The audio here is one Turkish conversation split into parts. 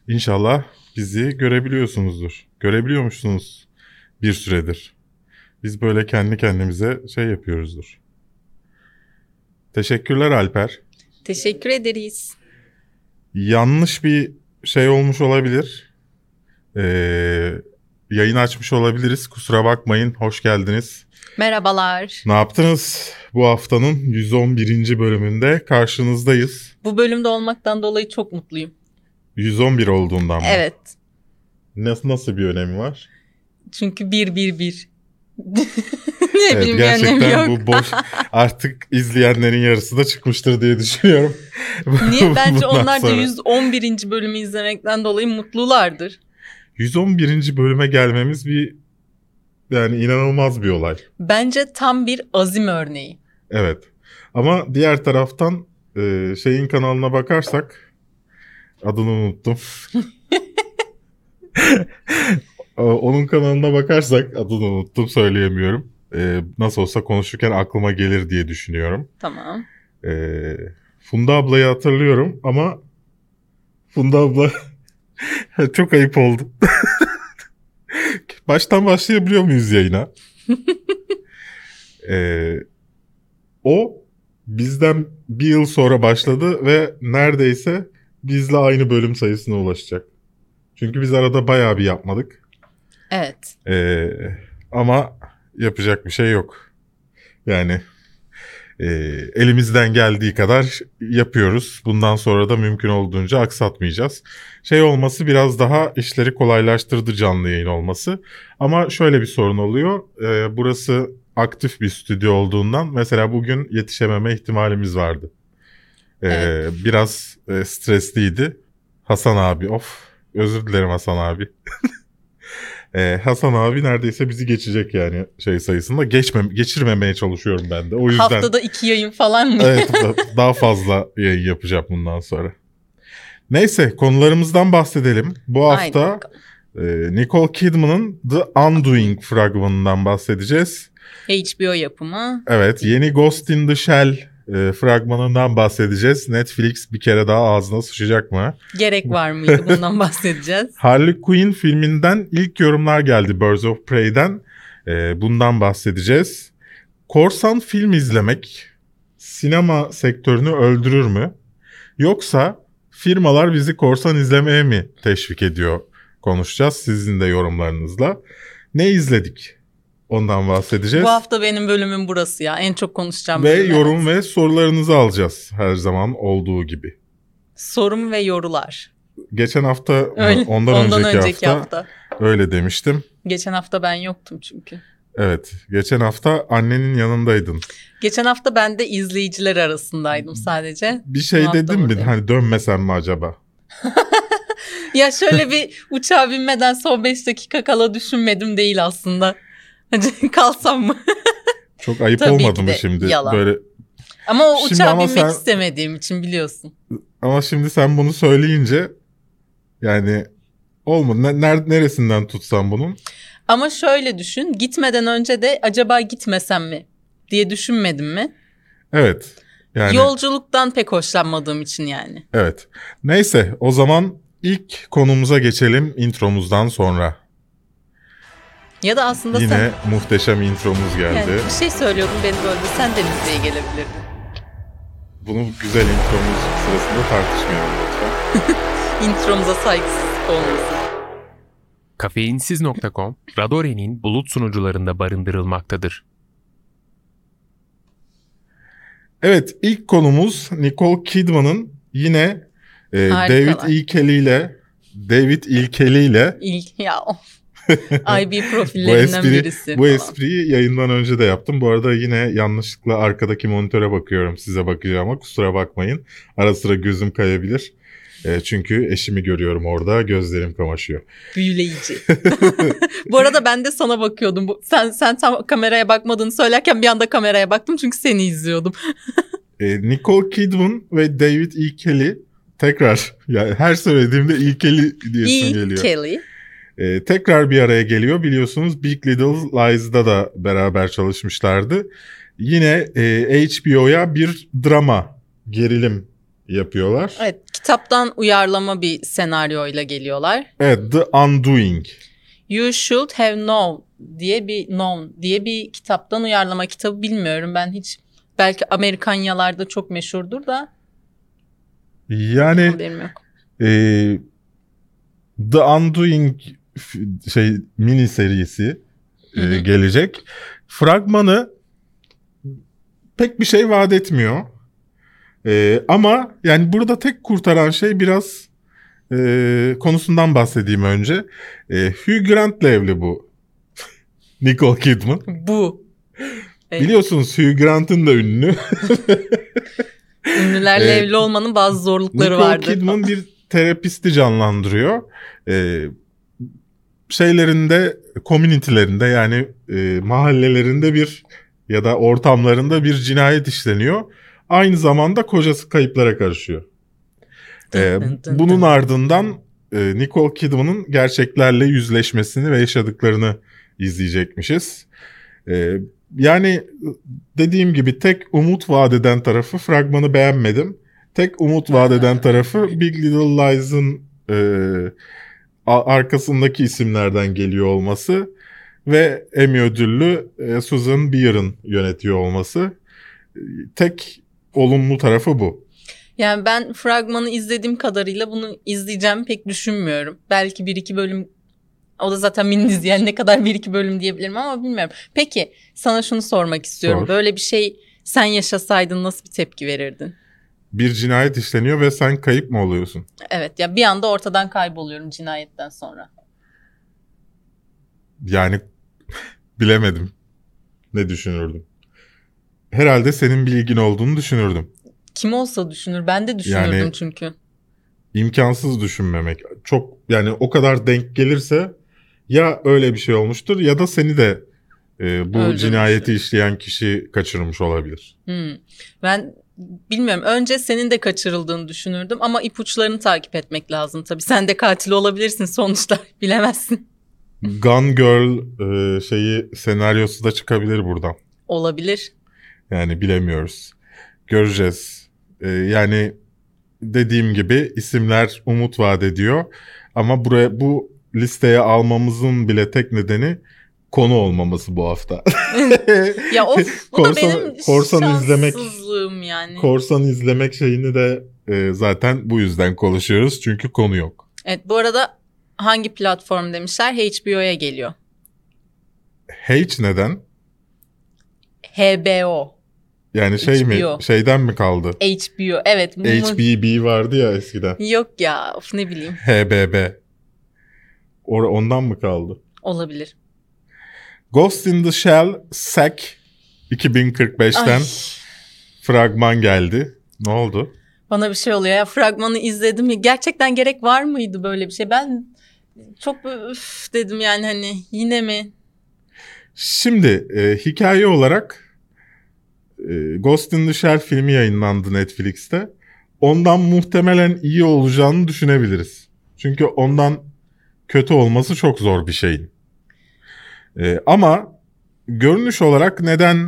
İnşallah bizi görebiliyorsunuzdur. Görebiliyormuşsunuz bir süredir. Biz böyle kendi kendimize şey yapıyoruzdur. Teşekkürler Alper. Teşekkür ederiz. Yanlış bir şey olmuş olabilir. Yayın açmış olabiliriz. Kusura bakmayın. Hoş geldiniz. Merhabalar. Ne yaptınız? Bu haftanın 111. bölümünde karşınızdayız. Bu bölümde olmaktan dolayı çok mutluyum. 111 olduğundan mı? Evet. Nasıl bir önemi var? Çünkü 1-1-1. Evet, bileyim, gerçekten bu boş. Artık izleyenlerin yarısı da çıkmıştır diye düşünüyorum. Niye? Bence Bundan onlar da sonra. 111. bölümü izlemekten dolayı mutlulardır. 111. bölüme gelmemiz yani inanılmaz bir olay. Bence tam bir azim örneği. Evet. Ama diğer taraftan şeyin kanalına bakarsak adını unuttum. Onun kanalına bakarsak adını unuttum, söyleyemiyorum. Nasıl olsa konuşurken aklıma gelir diye düşünüyorum. Tamam. Funda ablayı hatırlıyorum ama Funda abla çok ayıp oldu. Baştan başlayabiliyor muyuz yayına? O bizden bir yıl sonra başladı ve neredeyse bizle aynı bölüm sayısına ulaşacak. Çünkü biz arada bayağı bir yapmadık. Evet. Ama yapacak bir şey yok. Yani elimizden geldiği kadar yapıyoruz. Bundan sonra da mümkün olduğunca aksatmayacağız. Şey olması biraz daha işleri kolaylaştırdı, canlı yayın olması. Ama şöyle bir sorun oluyor. Burası aktif bir stüdyo olduğundan mesela bugün yetişememe ihtimalimiz vardı. Evet. Biraz stresliydi. Hasan abi, özür dilerim Hasan abi. Hasan abi neredeyse bizi geçecek yani şey sayısında. Geçirmemeye çalışıyorum ben de. O yüzden Haftada 2 yayın falan mı? evet, daha fazla yayın yapacağım bundan sonra. Neyse, konularımızdan bahsedelim. Bu hafta Nicole Kidman'ın The Undoing fragmanından bahsedeceğiz. HBO yapımı. Evet, yeni Ghost in the Shell fragmanından bahsedeceğiz. Netflix bir kere daha ağzına sıçacak mı? Gerek var mıydı? Bundan bahsedeceğiz. Harley Quinn filminden ilk yorumlar geldi, Birds of Prey'den. Bundan bahsedeceğiz. Korsan film izlemek sinema sektörünü öldürür mü? Yoksa firmalar bizi korsan izlemeye mi teşvik ediyor? Konuşacağız sizin de yorumlarınızla. Ne izledik? Ondan bahsedeceğiz. Bu hafta benim bölümüm burası ya. En çok konuşacağım ve bölüm. yorum ve sorularınızı alacağız her zaman olduğu gibi. Sorum ve yorular. Geçen hafta, Öyle, ondan önceki hafta öyle demiştim. Geçen hafta ben yoktum çünkü. Evet, geçen hafta annenin yanındaydın. Geçen hafta ben de izleyiciler arasındaydım sadece. Bir şey dedim mi? Hani dönmesem mi acaba? Ya şöyle bir uçağa binmeden son 5 dakika kala düşünmedim değil aslında. Hadi kalsam mı? Çok ayıp Tabii olmadı ki mı de şimdi? yalan. Böyle. Ama o Şimdi uçağa binmek istemediğim için biliyorsun. Ama şimdi sen bunu söyleyince yani olmadı. Neresinden tutsam bunun? Ama şöyle düşün, gitmeden önce de acaba gitmesem mi diye düşünmedim mi? Evet. Yani Yolculuktan pek hoşlanmadığım için yani. evet. Neyse, o zaman ilk konumuza geçelim intromuzdan sonra. Ya da aslında Yine muhteşem intromuz geldi. Yani bir şey söylüyordun, beni böldü. Sen de müziğe gelebilirdin. Bunu güzel intromuz sırasında tartışmayalım lütfen. Intromuza saygısızlık olmasın. Kafeinsiz.com, Radore'nin bulut sunucularında barındırılmaktadır. Evet, ilk konumuz Nicole Kidman'ın yine David İlkeli ile ya IB profillerinden birisi. Bu espriyi yayından önce de yaptım. Bu arada yine yanlışlıkla arkadaki monitöre bakıyorum, size bakacağıma kusura bakmayın. Ara sıra gözüm kayabilir. Çünkü eşimi görüyorum orada, gözlerim kamaşıyor. Büyüleyici. Bu arada ben de sana bakıyordum. Sen tam kameraya bakmadığını söylerken bir anda kameraya baktım çünkü seni izliyordum. Nicole Kidman ve David E. Kelly tekrar, yani her söylediğimde E. Kelly diyesim geliyor. Kelly. Tekrar bir araya geliyor. Biliyorsunuz Big Little Lies'da da beraber çalışmışlardı. Yine HBO'ya bir drama, gerilim yapıyorlar. Evet, kitaptan uyarlama bir senaryoyla geliyorlar. Evet, The Undoing. You Should Have Known diye bir kitaptan uyarlama. Kitabı bilmiyorum ben hiç. Belki Amerikanyalarda çok meşhurdur da. Yani Haberim yok. The Undoing mini serisi gelecek. Fragmanı pek bir şey vaat etmiyor. Ama yani burada tek kurtaran şey biraz konusundan bahsedeyim önce. Hugh Grant'le evli bu. Nicole Kidman. Bu. Evet. Biliyorsunuz Hugh Grant'ın da ünlü. Ünlülerle evli olmanın bazı zorlukları vardır. Nicole Kidman bir terapisti canlandırıyor. Şeylerinde, community'lerinde yani mahallelerinde bir ya da ortamlarında bir cinayet işleniyor. Aynı zamanda kocası kayıplara karışıyor. Bunun ardından Nicole Kidman'ın gerçeklerle yüzleşmesini ve yaşadıklarını izleyecekmişiz. Yani dediğim gibi tek umut vaat eden tarafı, fragmanı beğenmedim. Tek umut vaat eden tarafı Big Little Lies'ın arkasındaki isimlerden geliyor olması ve Emmy ödüllü Susan Beer'ın yönetiyor olması. Tek olumlu tarafı bu. Yani ben fragmanı izlediğim kadarıyla bunu izleyeceğim pek düşünmüyorum. Belki 1-2 bölüm, o da zaten mini dizi, yani ne kadar 1-2 bölüm diyebilirim ama bilmiyorum. Peki sana şunu sormak istiyorum. Sor. Böyle bir şey sen yaşasaydın nasıl bir tepki verirdin? Bir cinayet işleniyor ve sen kayıp mı oluyorsun? Evet, ya bir anda ortadan kayboluyorum cinayetten sonra. Yani bilemedim. Ne düşünürdüm? Herhalde senin bilgin olduğunu düşünürdüm. Kim olsa düşünür. Ben de düşünürdüm Yani, çünkü. İmkansız düşünmemek. Çok yani o kadar denk gelirse ya öyle bir şey olmuştur ya da seni de bu Öldürmüştür. cinayeti işleyen kişi kaçırmış olabilir. Ben bilmiyorum. Önce senin de kaçırıldığını düşünürdüm ama ipuçlarını takip etmek lazım tabii. Sen de katil olabilirsin sonuçta. Bilemezsin. Gone Girl senaryosu da çıkabilir buradan. Olabilir. Yani bilemiyoruz. Göreceğiz. Yani dediğim gibi isimler umut vaat ediyor. Ama bu listeye almamızın bile tek nedeni konu olmaması bu hafta. Ya of, bu da benim korsan izlemek, şanssızlığım yani. Korsan izlemek şeyini de zaten bu yüzden konuşuyoruz. Çünkü konu yok. Evet, bu arada hangi platform demişler? HBO'ya geliyor. H neden? HBO. Yani HBO. Şeyden mi kaldı? HBO, evet. HBB vardı ya eskiden. Yok ya, of ne bileyim. HBB. Ondan mı kaldı? Olabilir. Ghost in the Shell SAC 2045'ten fragman geldi. Ne oldu? Bana bir şey oluyor ya, fragmanı izledim ya, gerçekten gerek var mıydı böyle bir şey? Ben çok üf dedim yani, hani yine mi? Şimdi hikaye olarak Ghost in the Shell filmi yayınlandı Netflix'te. Ondan muhtemelen iyi olacağını düşünebiliriz. Çünkü ondan kötü olması çok zor bir şey. Ama görünüş olarak neden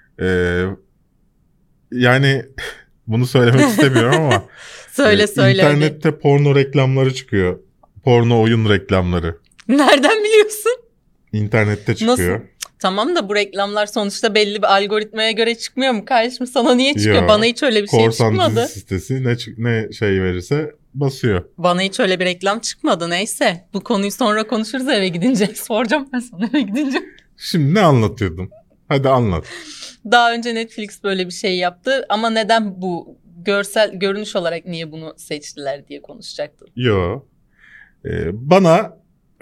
yani bunu söylemek istemiyorum ama söyle İnternette porno reklamları çıkıyor. Porno oyun reklamları. Nereden biliyorsun? İnternette çıkıyor. Nasıl? Tamam da bu reklamlar sonuçta belli bir algoritmaya göre çıkmıyor mu kardeşim? Sana niye çıkıyor? Yo, Bana hiç öyle bir şey Korsan çıkmadı. dizi sitesi ne şey verirse basıyor. Bana hiç öyle bir reklam çıkmadı, neyse. Bu konuyu sonra konuşuruz eve gidince. Soracağım ben sana eve gidince. Şimdi ne anlatıyordum? Hadi anlat. Daha önce Netflix böyle bir şey yaptı ama neden bu görünüş olarak niye bunu seçtiler diye konuşacaktım. Yo. Bana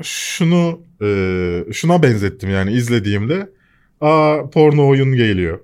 şuna benzettim yani izlediğimde. Porno oyun geliyor.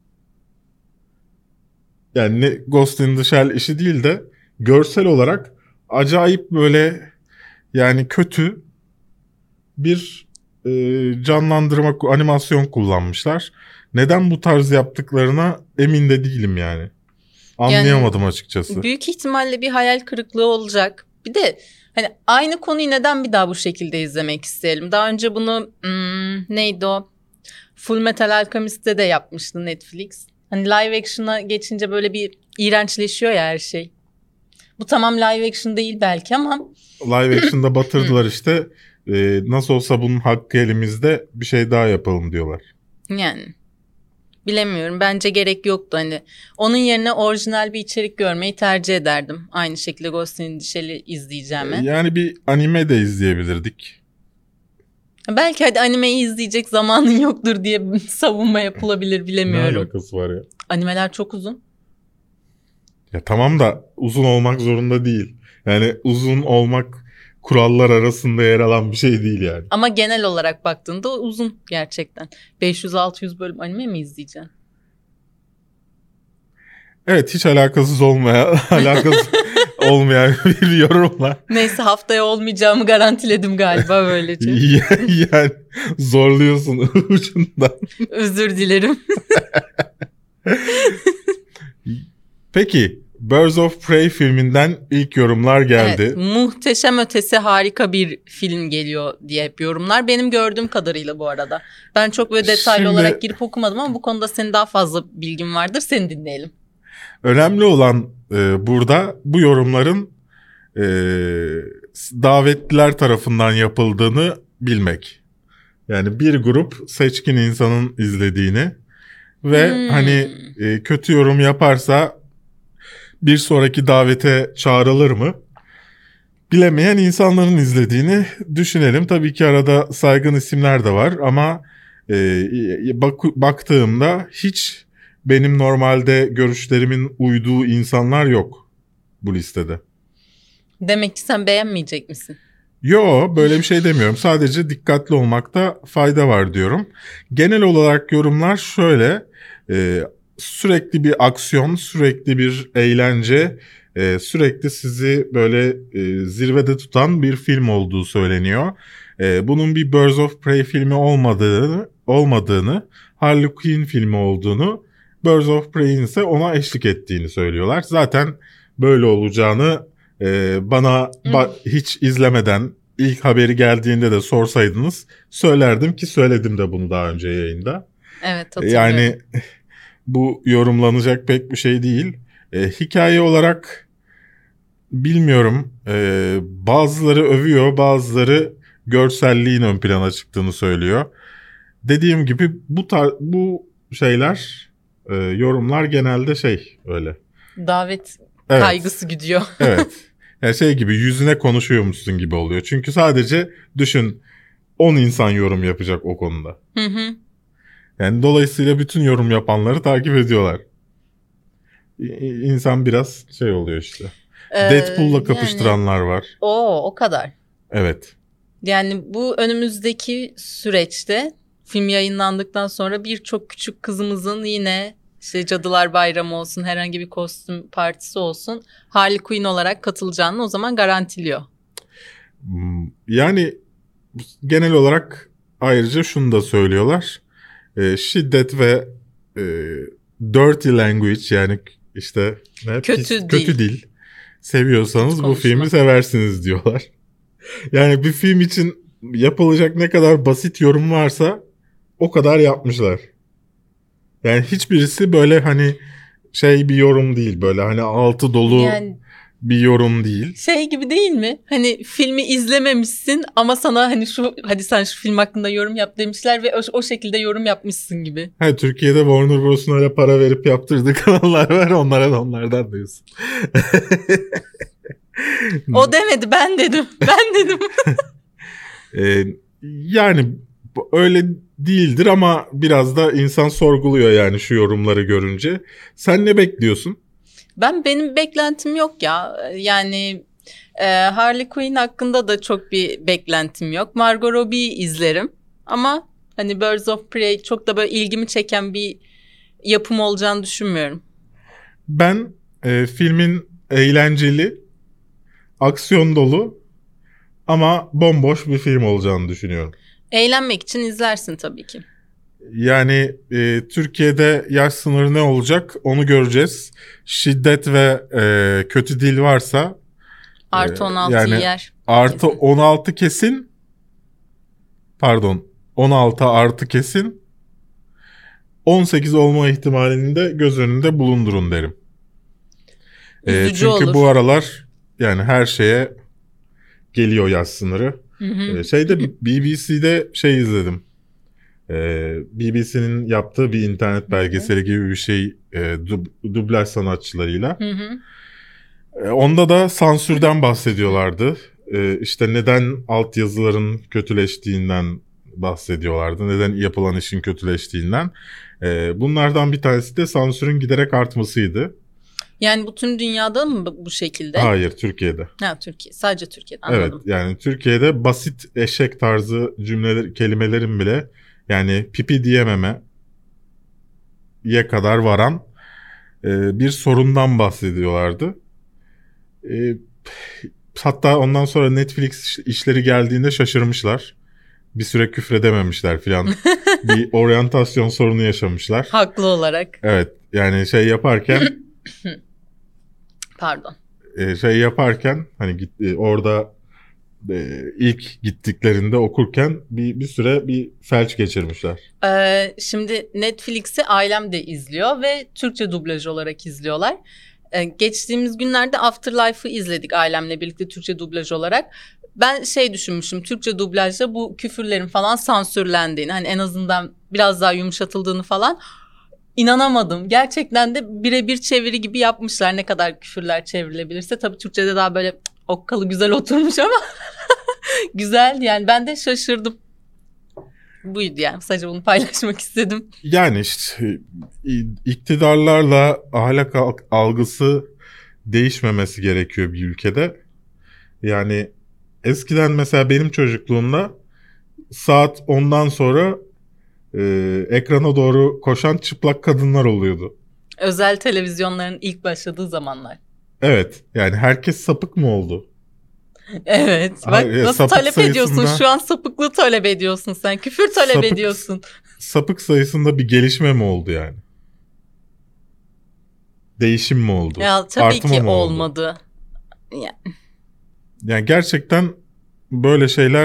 Yani Ghost in the Shell işi değil de görsel olarak acayip böyle yani kötü bir canlandırma animasyon kullanmışlar. Neden bu tarz yaptıklarına emin de değilim yani. Anlayamadım yani, açıkçası. Büyük ihtimalle bir hayal kırıklığı olacak. Bir de hani aynı konuyu neden bir daha bu şekilde izlemek isteyelim? Daha önce bunu neydi o? Full Metal Alchemist'te de yapmıştı Netflix. Hani live action'a geçince böyle bir İğrençleşiyor ya her şey. Bu tamam live action değil belki ama. Live action'da batırdılar işte. Nasıl olsa bunun hakkı elimizde, bir şey daha yapalım diyorlar. Yani bilemiyorum. Bence gerek yoktu hani. Onun yerine orijinal bir içerik görmeyi tercih ederdim. Aynı şekilde Ghost in the Shell'i izleyeceğime. Yani bir anime de izleyebilirdik. Belki hadi animeyi izleyecek zamanın yoktur diye savunma yapılabilir, Ne bilemiyorum. alakası var ya? Animeler çok uzun. Ya tamam da uzun olmak zorunda değil. Yani uzun olmak kurallar arasında yer alan bir şey değil yani. Ama genel olarak baktığında uzun gerçekten. 500-600 bölüm anime mi izleyeceksin? Evet, hiç alakası olmayan bir yorumla. Neyse, haftaya olmayacağımı garantiledim galiba böylece. Yani zorluyorsun ucundan. Özür dilerim. Peki, Birds of Prey filminden ilk yorumlar geldi. Evet, muhteşem ötesi harika bir film geliyor diye hep yorumlar. Benim gördüğüm kadarıyla bu arada. Ben çok böyle detaylı olarak girip okumadım ama bu konuda senin daha fazla bilgin vardır. Seni dinleyelim. Önemli olan burada bu yorumların davetliler tarafından yapıldığını bilmek. Yani bir grup seçkin insanın izlediğini ve hani kötü yorum yaparsa bir sonraki davete çağrılır mı? Bilemeyen insanların izlediğini düşünelim. Tabii ki arada saygın isimler de var ama baktığımda hiç benim normalde görüşlerimin uyduğu insanlar yok bu listede. Demek ki sen beğenmeyecek misin? Yo, böyle bir şey demiyorum. Sadece dikkatli olmakta fayda var diyorum. Genel olarak yorumlar şöyle. Sürekli bir aksiyon, sürekli bir eğlence, sürekli sizi böyle zirvede tutan bir film olduğu söyleniyor. Bunun bir Birds of Prey filmi olmadığını, Harley Quinn filmi olduğunu, Birds of Prey'in ise ona eşlik ettiğini söylüyorlar. Zaten böyle olacağını bana hiç izlemeden ilk haberi geldiğinde de sorsaydınız söylerdim ki söyledim de bunu daha önce yayında. Evet, hatırlıyorum. Yani bu yorumlanacak pek bir şey değil. Hikaye olarak bilmiyorum. Bazıları övüyor, bazıları görselliğin ön plana çıktığını söylüyor. Dediğim gibi bu şeyler, yorumlar genelde öyle. Davet Evet. kaygısı gidiyor. Evet. Yani gibi yüzüne konuşuyormuşsun gibi oluyor. Çünkü sadece düşün 10 insan yorum yapacak o konuda. Hı hı. Yani dolayısıyla bütün yorum yapanları takip ediyorlar. İnsan biraz oluyor işte. Deadpool'la kapıştıranlar var. O kadar. Evet. Yani bu önümüzdeki süreçte film yayınlandıktan sonra birçok küçük kızımızın yine işte Cadılar Bayramı olsun, herhangi bir kostüm partisi olsun, Harley Quinn olarak katılacağını o zaman garantiliyor. Yani genel olarak ayrıca şunu da söylüyorlar. Şiddet ve dirty language, yani işte kötü dil seviyorsanız Kötü bu konuşma. filmi seversiniz diyorlar. Yani bir film için yapılacak ne kadar basit yorum varsa o kadar yapmışlar. Yani hiçbirisi böyle hani bir yorum değil, böyle hani altı dolu Yani bir yorum değil. gibi değil mi? Hani filmi izlememişsin ama sana hani hadi sen şu film hakkında yorum yap demişler ve o şekilde yorum yapmışsın gibi. Türkiye'de Warner Bros'un öyle para verip yaptırdığı kanallar var, onlardan diyorsun. O demedi, ben dedim. Ben dedim. Yani öyle değildir ama biraz da insan sorguluyor yani şu yorumları görünce. Sen ne bekliyorsun? Benim beklentim yok ya. Yani Harley Quinn hakkında da çok bir beklentim yok. Margot Robbie'yi izlerim ama hani Birds of Prey çok da böyle ilgimi çeken bir yapım olacağını düşünmüyorum. Ben filmin eğlenceli, aksiyon dolu ama bomboş bir film olacağını düşünüyorum. Eğlenmek için izlersin tabii ki. Yani Türkiye'de yaş sınırı ne olacak onu göreceğiz. Şiddet ve kötü dil varsa Artı 16 yani yer. Artı Kesin. 16 kesin. Pardon, 16 artı kesin. 18 olma ihtimalini de göz önünde bulundurun derim. Üzücü Çünkü olur. bu aralar yani her şeye geliyor yaş sınırı. BBC'de izledim. BBC'nin yaptığı bir internet belgeseli gibi bir şey, dublaj sanatçılarıyla. Onda da sansürden bahsediyorlardı. İşte neden altyazıların kötüleştiğinden bahsediyorlardı. Neden yapılan işin kötüleştiğinden. Bunlardan bir tanesi de sansürün giderek artmasıydı. Yani bütün dünyada mı bu şekilde? Hayır, Türkiye'de. Ha, Türkiye. Sadece Türkiye'de, anladım. Evet, yani Türkiye'de basit eşek tarzı kelimelerin bile yani pipi diyememeye kadar varan bir sorundan bahsediyorlardı. Hatta ondan sonra Netflix işleri geldiğinde şaşırmışlar. Bir süre küfredememişler filan. Bir oryantasyon sorunu yaşamışlar. Haklı olarak. Evet, yani yaparken Pardon. Yaparken hani orada ilk gittiklerinde okurken bir süre bir felç geçirmişler. Şimdi Netflix'i ailem de izliyor ve Türkçe dublaj olarak izliyorlar. Geçtiğimiz günlerde Afterlife'ı izledik ailemle birlikte Türkçe dublaj olarak. Ben düşünmüşüm, Türkçe dublajda bu küfürlerin falan sansürlendiğini, hani en azından biraz daha yumuşatıldığını falan. İnanamadım. Gerçekten de birebir çeviri gibi yapmışlar, ne kadar küfürler çevrilebilirse. Tabii Türkçe'de daha böyle okkalı güzel oturmuş ama güzel, yani ben de şaşırdım. Buydu yani, sadece bunu paylaşmak istedim. Yani işte iktidarlarla ahlak algısı değişmemesi gerekiyor bir ülkede. Yani eskiden mesela benim çocukluğumda saat 10'dan sonra ekrana doğru koşan çıplak kadınlar oluyordu. Özel televizyonların ilk başladığı zamanlar. Evet, yani herkes sapık mı oldu? Evet. Bak nasıl talep ediyorsun? Şu an sapıklığı talep ediyorsun sen. Küfür talep ediyorsun. Sapık sayısında bir gelişme mi oldu yani? Değişim mi oldu? Ya tabii ki olmadı. Yani gerçekten böyle şeyler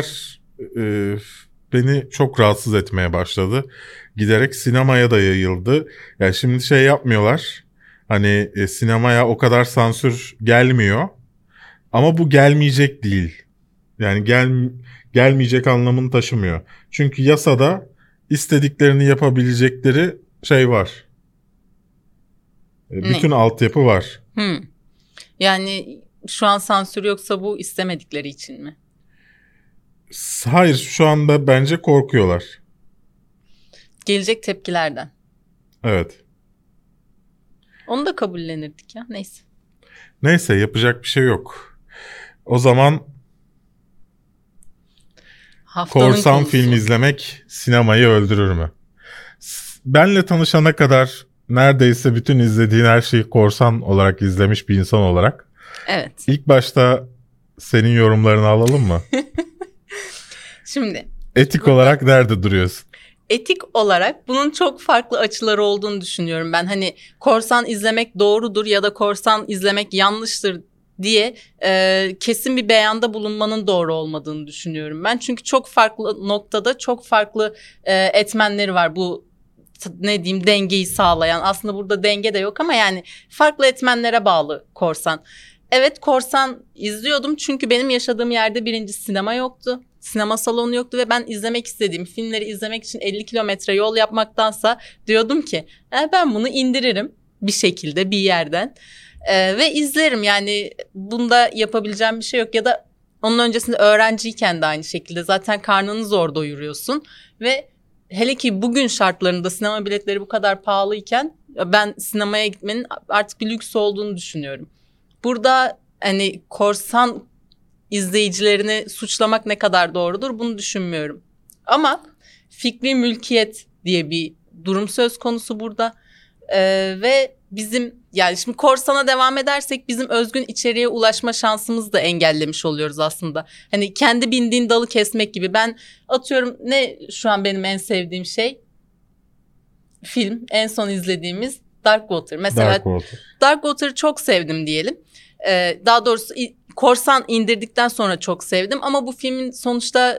beni çok rahatsız etmeye başladı. Giderek sinemaya da yayıldı. Yani şimdi yapmıyorlar. Hani sinemaya o kadar sansür gelmiyor. Ama bu gelmeyecek değil. Yani gelmeyecek anlamını taşımıyor. Çünkü yasada istediklerini yapabilecekleri var. Bütün altyapı var. Yani şu an sansür yoksa bu istemedikleri için mi? Hayır, şu anda bence korkuyorlar. Gelecek tepkilerden. Evet. Onu da kabullenirdik ya, neyse. Neyse, yapacak bir şey yok. O zaman haftanın korsan konusu. Film izlemek sinemayı öldürür mü? Benle tanışana kadar neredeyse bütün izlediğin her şeyi korsan olarak izlemiş bir insan olarak. Evet. İlk başta senin yorumlarını alalım mı? Şimdi. Etik olarak nerede duruyorsun? Etik olarak bunun çok farklı açıları olduğunu düşünüyorum ben. Hani korsan izlemek doğrudur ya da korsan izlemek yanlıştır diye kesin bir beyanda bulunmanın doğru olmadığını düşünüyorum ben. Çünkü çok farklı noktada çok farklı etmenleri var bu dengeyi sağlayan. Aslında burada denge de yok ama yani farklı etmenlere bağlı korsan. Evet, korsan izliyordum çünkü benim yaşadığım yerde birincisi sinema yoktu. Sinema salonu yoktu ve ben izlemek istediğim filmleri izlemek için 50 kilometre yol yapmaktansa diyordum ki ben bunu indiririm bir şekilde bir yerden ve izlerim. Yani bunda yapabileceğim bir şey yok ya da onun öncesinde öğrenciyken de aynı şekilde zaten karnını zor doyuruyorsun ve hele ki bugün şartlarında sinema biletleri bu kadar pahalıyken ben sinemaya gitmenin artık bir lüks olduğunu düşünüyorum. Burada hani korsan izleyicilerini suçlamak ne kadar doğrudur bunu düşünmüyorum. Ama fikri mülkiyet diye bir durum söz konusu burada. Ve bizim yani şimdi korsana devam edersek bizim özgün içeriğe ulaşma şansımızı da engellemiş oluyoruz aslında. Hani kendi bindiğin dalı kesmek gibi. Ben atıyorum ne şu an benim en sevdiğim şey film en son izlediğimiz Darkwater. Mesela Darkwater'ı çok sevdim diyelim. Daha doğrusu korsan indirdikten sonra çok sevdim ama bu filmin sonuçta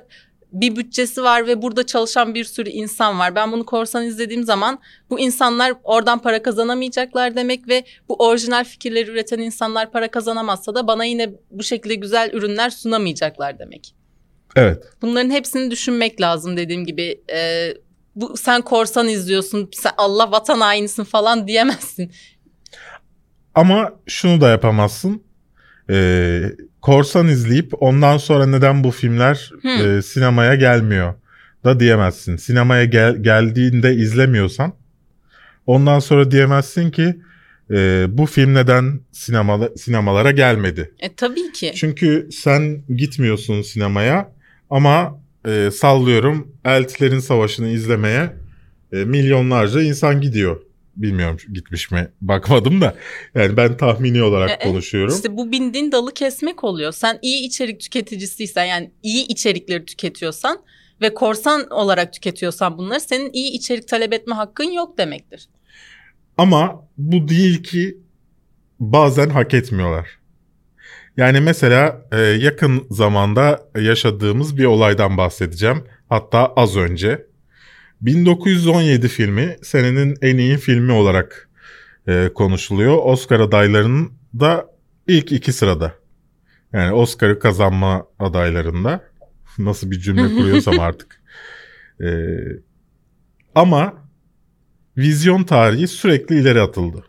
bir bütçesi var ve burada çalışan bir sürü insan var. Ben bunu korsan izlediğim zaman bu insanlar oradan para kazanamayacaklar demek ve bu orijinal fikirleri üreten insanlar para kazanamazsa da bana yine bu şekilde güzel ürünler sunamayacaklar demek. Evet. Bunların hepsini düşünmek lazım dediğim gibi. Sen korsan izliyorsun, sen Allah vatan hainisin falan diyemezsin. Ama şunu da yapamazsın. Korsan izleyip ondan sonra neden bu filmler sinemaya gelmiyor da diyemezsin. Sinemaya geldiğinde izlemiyorsan ondan sonra diyemezsin ki bu film neden sinemalara gelmedi. Tabii ki. Çünkü sen gitmiyorsun sinemaya ama sallıyorum Eltilerin Savaşı'nı izlemeye milyonlarca insan gidiyor. Bilmiyorum gitmiş mi bakmadım da yani ben tahmini olarak konuşuyorum. İşte bu bindiğin dalı kesmek oluyor. Sen iyi içerik tüketicisiysen yani iyi içerikleri tüketiyorsan ve korsan olarak tüketiyorsan bunları senin iyi içerik talep etme hakkın yok demektir. Ama bu değil ki bazen hak etmiyorlar. Yani mesela yakın zamanda yaşadığımız bir olaydan bahsedeceğim. Hatta az önce. 1917 filmi senenin en iyi filmi olarak konuşuluyor. Oscar adaylarının da ilk 2 sırada. Yani Oscar'ı kazanma adaylarında. Nasıl bir cümle kuruyorsam artık. Ama vizyon tarihi sürekli ileri atıldı.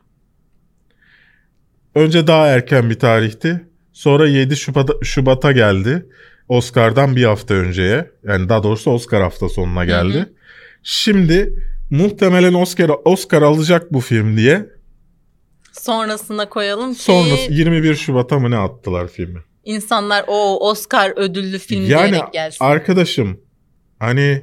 Önce daha erken bir tarihti. Sonra 7 Şubat'a geldi. Oscar'dan bir hafta önceye. Yani daha doğrusu Oscar hafta sonuna geldi. Şimdi muhtemelen Oscar alacak bu film diye. Sonrasına koyalım ki. Sonrası 21 Şubat'a mı ne attılar filmi? İnsanlar o Oscar ödüllü film diyerek gelsin. Yani arkadaşım hani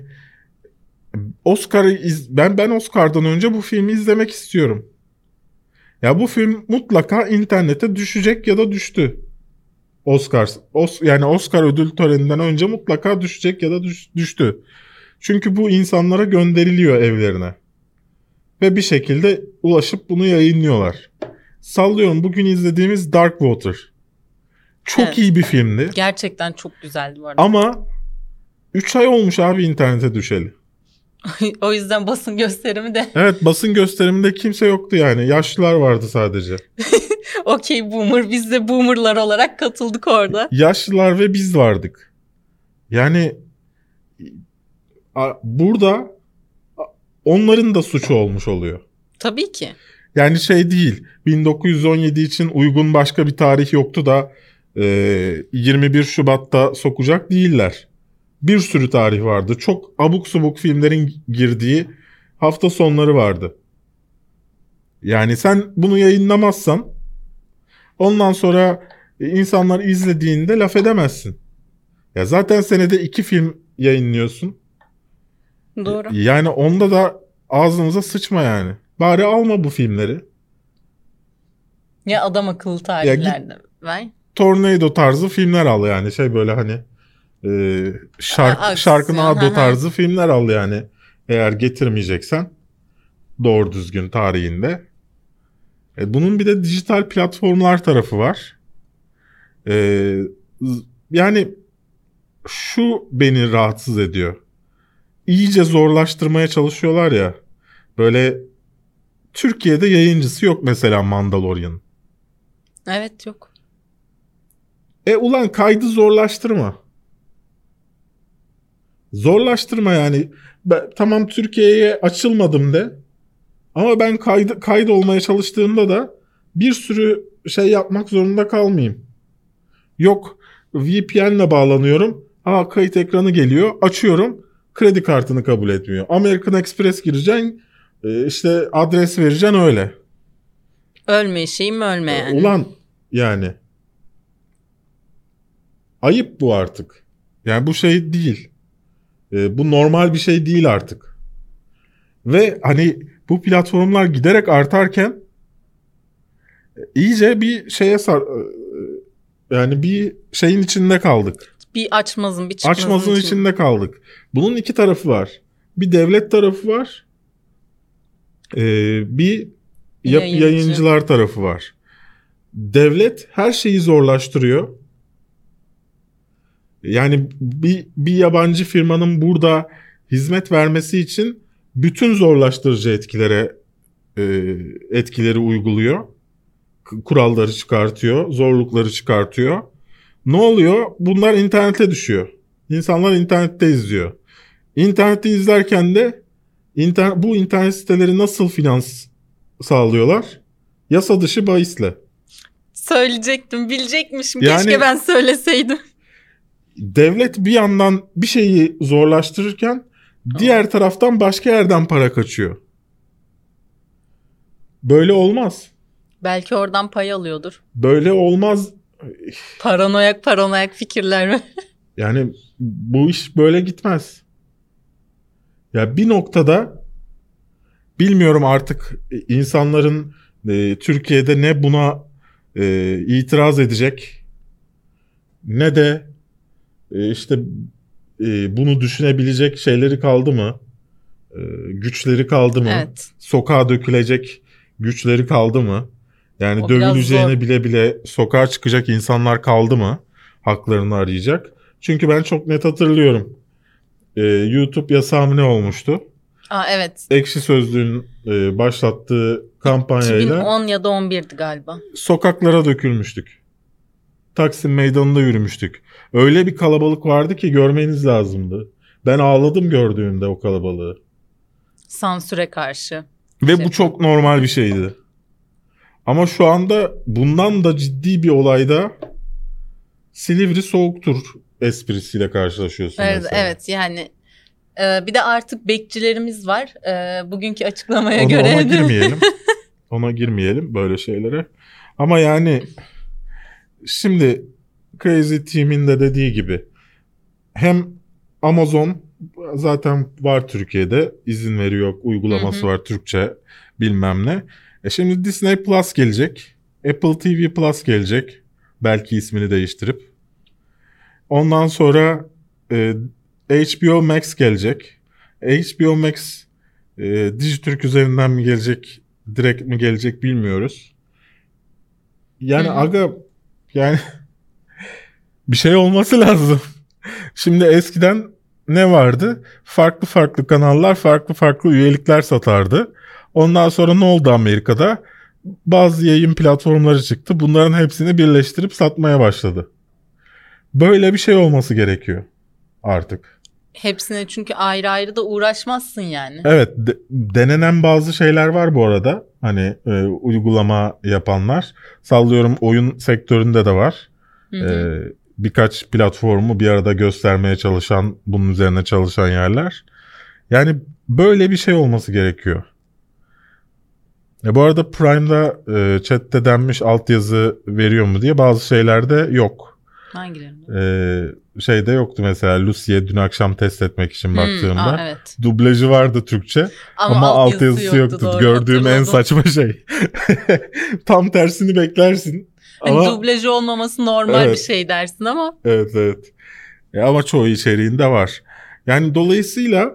ben Oscar'dan önce bu filmi izlemek istiyorum. Ya bu film mutlaka internete düşecek ya da düştü. Yani Oscar ödül töreninden önce mutlaka düşecek ya da düştü. Çünkü bu insanlara gönderiliyor evlerine. Ve bir şekilde ulaşıp bunu yayınlıyorlar. Sallıyorum bugün izlediğimiz Dark Water. Çok iyi bir filmdi. Gerçekten çok güzeldi bu arada. Ama 3 ay olmuş abi internete düşeli. O yüzden basın gösterimi de. Evet, basın gösteriminde kimse yoktu yani. Yaşlılar vardı sadece. Okey boomer. Biz de boomerlar olarak katıldık orada. Yaşlılar ve biz vardık. Yani burada onların da suçu olmuş oluyor. Tabii ki. Yani şey değil. 1917 için uygun başka bir tarih yoktu da 21 Şubat'ta sokacak değiller. Bir sürü tarih vardı. Çok abuk subuk filmlerin girdiği hafta sonları vardı. Yani sen bunu yayınlamazsan ondan sonra insanlar izlediğinde laf edemezsin. Ya zaten senede 2 film yayınlıyorsun. Doğru. Yani onda da ağzımıza sıçma yani. Bari alma bu filmleri. Ya adam akıllı tarihlerde ver. Tornado tarzı filmler al yani. Şey böyle hani Sharknado tarzı filmler al yani. Eğer getirmeyeceksen doğru düzgün tarihinde. Bunun bir de dijital platformlar tarafı var. Yani şu beni rahatsız ediyor. İyice zorlaştırmaya çalışıyorlar ya. Böyle Türkiye'de yayıncısı yok mesela Mandalorian. Evet yok. Ulan kaydı zorlaştırma. Zorlaştırma yani. Tamam Türkiye'ye açılmadım de. Ama ben kaydı olmaya çalıştığımda da bir sürü şey yapmak zorunda kalmayayım. Yok VPN'le bağlanıyorum. Kayıt ekranı geliyor. Açıyorum. Kredi kartını kabul etmiyor. American Express gireceksin. İşte adres vereceksin öyle. Ölme eşeğim ölme yani. Ulan yani. Ayıp bu artık. Yani bu şey değil. Bu normal bir şey değil artık. Ve hani bu platformlar giderek artarken iyice bir şeye yani bir şeyin içinde kaldık. Bir açmazın bir çıkmazın Açmazın içinde kaldık. Bunun 2 tarafı var. Bir devlet tarafı var. Bir yayıncılar tarafı var. Devlet her şeyi zorlaştırıyor. Yani bir yabancı firmanın burada hizmet vermesi için bütün zorlaştırıcı etkileri uyguluyor. Kuralları çıkartıyor, zorlukları çıkartıyor. Ne oluyor? Bunlar internete düşüyor. İnsanlar internette izliyor. İnternette izlerken de bu internet siteleri nasıl finans sağlıyorlar? Yasa dışı bahisle. Söyleyecektim, bilecekmişim. Yani, keşke ben söyleseydim. Devlet bir yandan bir şeyi zorlaştırırken diğer taraftan başka yerden para kaçıyor. Böyle olmaz. Belki oradan pay alıyordur. Böyle olmaz. Paranoyak fikirler mi? Yani bu iş böyle gitmez. Ya bir noktada bilmiyorum artık insanların Türkiye'de ne buna itiraz edecek ne de işte bunu düşünebilecek şeyleri kaldı mı? Güçleri kaldı mı? Evet. Sokağa dökülecek güçleri kaldı mı? Yani O biraz dövüleceğine zor. bile sokağa çıkacak insanlar kaldı mı? Haklarını arayacak. Çünkü ben çok net hatırlıyorum. YouTube yasağı ne olmuştu? Evet. Ekşi Sözlüğün başlattığı kampanyayla 2010 ya da 11'di galiba. sokaklara dökülmüştük. Taksim Meydanı'nda yürümüştük. Öyle bir kalabalık vardı ki görmeniz lazımdı. Ben ağladım gördüğümde o kalabalığı. Sansüre karşı. Ve bu çok normal bir şeydi. Ama şu anda bundan da ciddi bir olayda Silivri soğuktur esprisiyle karşılaşıyorsun mesela. Evet yani bir de artık bekçilerimiz var. Bugünkü açıklamaya Ona göre. girmeyelim. Ona girmeyelim böyle şeylere. Ama yani şimdi Crazy Team'in de dediği gibi hem Amazon zaten var Türkiye'de, izin veriyor, uygulaması var Türkçe bilmem ne. Şimdi Disney Plus gelecek. Apple TV Plus gelecek. Belki ismini değiştirip. Ondan sonra HBO Max gelecek. HBO Max Dijitürk üzerinden mi gelecek, direkt mi gelecek bilmiyoruz. Yani aga yani bir şey olması lazım. Şimdi eskiden ne vardı? Farklı kanallar farklı üyelikler satardı. Ondan sonra ne oldu Amerika'da? Bazı yayın platformları çıktı. Bunların hepsini birleştirip satmaya başladı. Böyle bir şey olması gerekiyor artık. Hepsine çünkü ayrı ayrı da uğraşmazsın yani. Evet, denenen bazı şeyler var bu arada. Hani uygulama yapanlar. Sallıyorum oyun sektöründe de var. Birkaç platformu bir arada göstermeye çalışan, bunun üzerine çalışan yerler. Yani böyle bir şey olması gerekiyor. Bu arada Prime'da chatte denmiş altyazı veriyor mu diye bazı şeylerde yok. Hangilerinde? Şeyde yoktu mesela Lucy'ye dün akşam test etmek için baktığımda. Evet. Dublajı vardı Türkçe ama altyazısı yoktu. Doğru, gördüğüm en saçma şey. Tam tersini beklersin. Hani ama dublajı olmaması normal bir şey dersin ama. Evet. Ama çoğu içeriğinde var. Yani dolayısıyla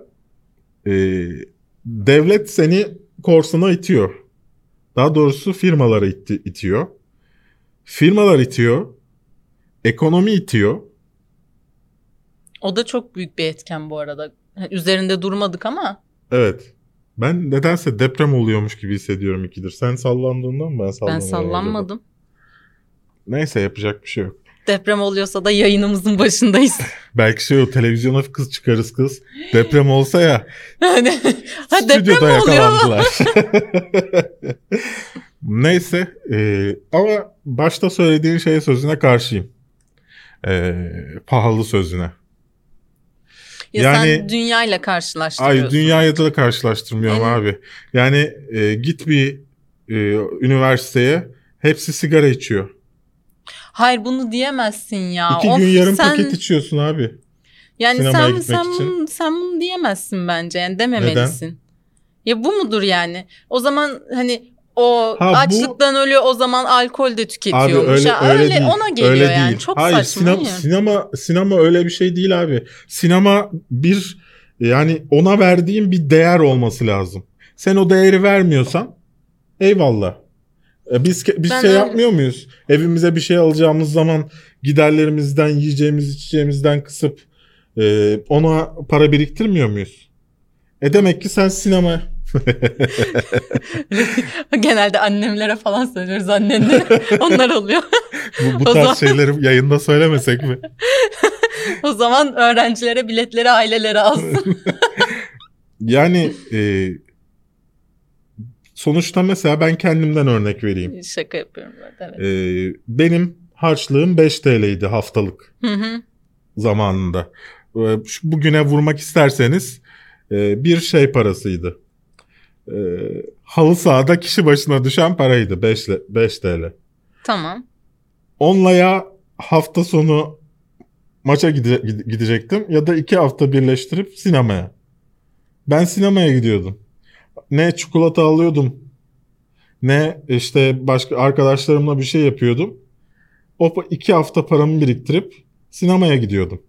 devlet seni korsana itiyor. Daha doğrusu firmaları itiyor. Firmalar itiyor. Ekonomi itiyor. O da çok büyük bir etken bu arada. Üzerinde durmadık ama. Evet. Ben nedense deprem oluyormuş gibi hissediyorum ikidir. Sen sallandığından ben sallanıyorum. Ben sallanmadım. Neyse yapacak bir şey yok. Deprem oluyorsa da yayınımızın başındayız. Belki o televizyona kız çıkarız kız. Deprem olsa ya. Stüdyoda yakalandılar. Neyse. Ama başta söylediğin sözüne karşıyım. Pahalı sözüne. Yani sen dünyayla karşılaştırıyorsun. Ay dünyayla da karşılaştırmıyorum abi. Yani git bir üniversiteye hepsi sigara içiyor. Hayır bunu diyemezsin ya. 2 gün yarım paket içiyorsun abi. Yani sen bunu diyemezsin bence. Yani dememelisin. Neden? Ya bu mudur yani? O zaman hani açlıktan ölüyor o zaman alkol de tüketiyormuş. Abi öyle değil. Ona geliyor öyle yani. Değil. Çok hayır, saçma. Sinema öyle bir şey değil abi. Sinema yani ona verdiğin bir değer olması lazım. Sen o değeri vermiyorsan eyvallah. Biz şey yapmıyor muyuz? Evimize bir şey alacağımız zaman giderlerimizden, yiyeceğimiz, içeceğimizden kısıp ona para biriktirmiyor muyuz? Demek ki sen sinema... Genelde annemlere falan söylüyoruz, annenlere. Onlar oluyor. bu tarz şeyleri yayında söylemesek mi? O zaman öğrencilere biletleri aileleri alsın. Yani sonuçta mesela ben kendimden örnek vereyim. Şaka yapıyorum. Evet. Benim harçlığım 5 TL'ydi haftalık zamanında. Bugüne vurmak isterseniz bir şey parasıydı. Halı sahada kişi başına düşen paraydı 5 TL. Tamam. Onunla ya hafta sonu maça gidecektim ya da 2 hafta birleştirip sinemaya. Ben sinemaya gidiyordum. Ne çikolata alıyordum, ne işte başka arkadaşlarımla bir şey yapıyordum. O 2 hafta paramı biriktirip sinemaya gidiyordum.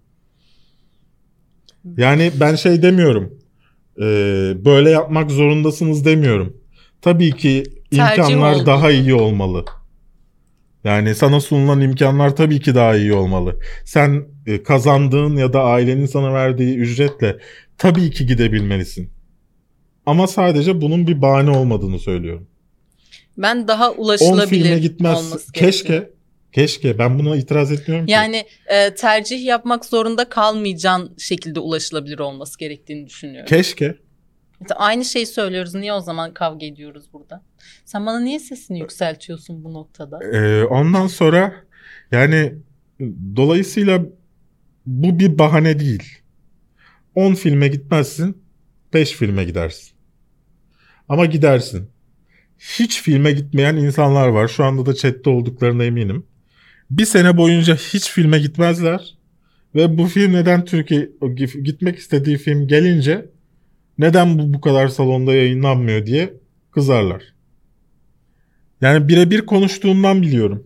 Yani ben şey demiyorum. Böyle yapmak zorundasınız demiyorum. Tabii ki imkanlar daha iyi olmalı. Yani sana sunulan imkanlar tabii ki daha iyi olmalı. Sen kazandığın ya da ailenin sana verdiği ücretle tabii ki gidebilmelisin. Ama sadece bunun bir bahane olmadığını söylüyorum. Ben daha ulaşılabilir 10 filme gitmez. olması gerekiyor. Keşke. Ben buna itiraz etmiyorum ki. Yani tercih yapmak zorunda kalmayacağın şekilde ulaşılabilir olması gerektiğini düşünüyorum. Keşke. Aynı şeyi söylüyoruz. Niye o zaman kavga ediyoruz burada? Sen bana niye sesini yükseltiyorsun bu noktada? Ondan sonra yani dolayısıyla bu bir bahane değil. 10 filme gitmezsin, 5 filme gidersin. Ama gidersin. Hiç filme gitmeyen insanlar var. Şu anda da chatte olduklarına eminim. Bir sene boyunca hiç filme gitmezler. Ve bu film neden gitmek istediği film gelince neden bu kadar salonda yayınlanmıyor diye kızarlar. Yani birebir konuştuğumdan biliyorum.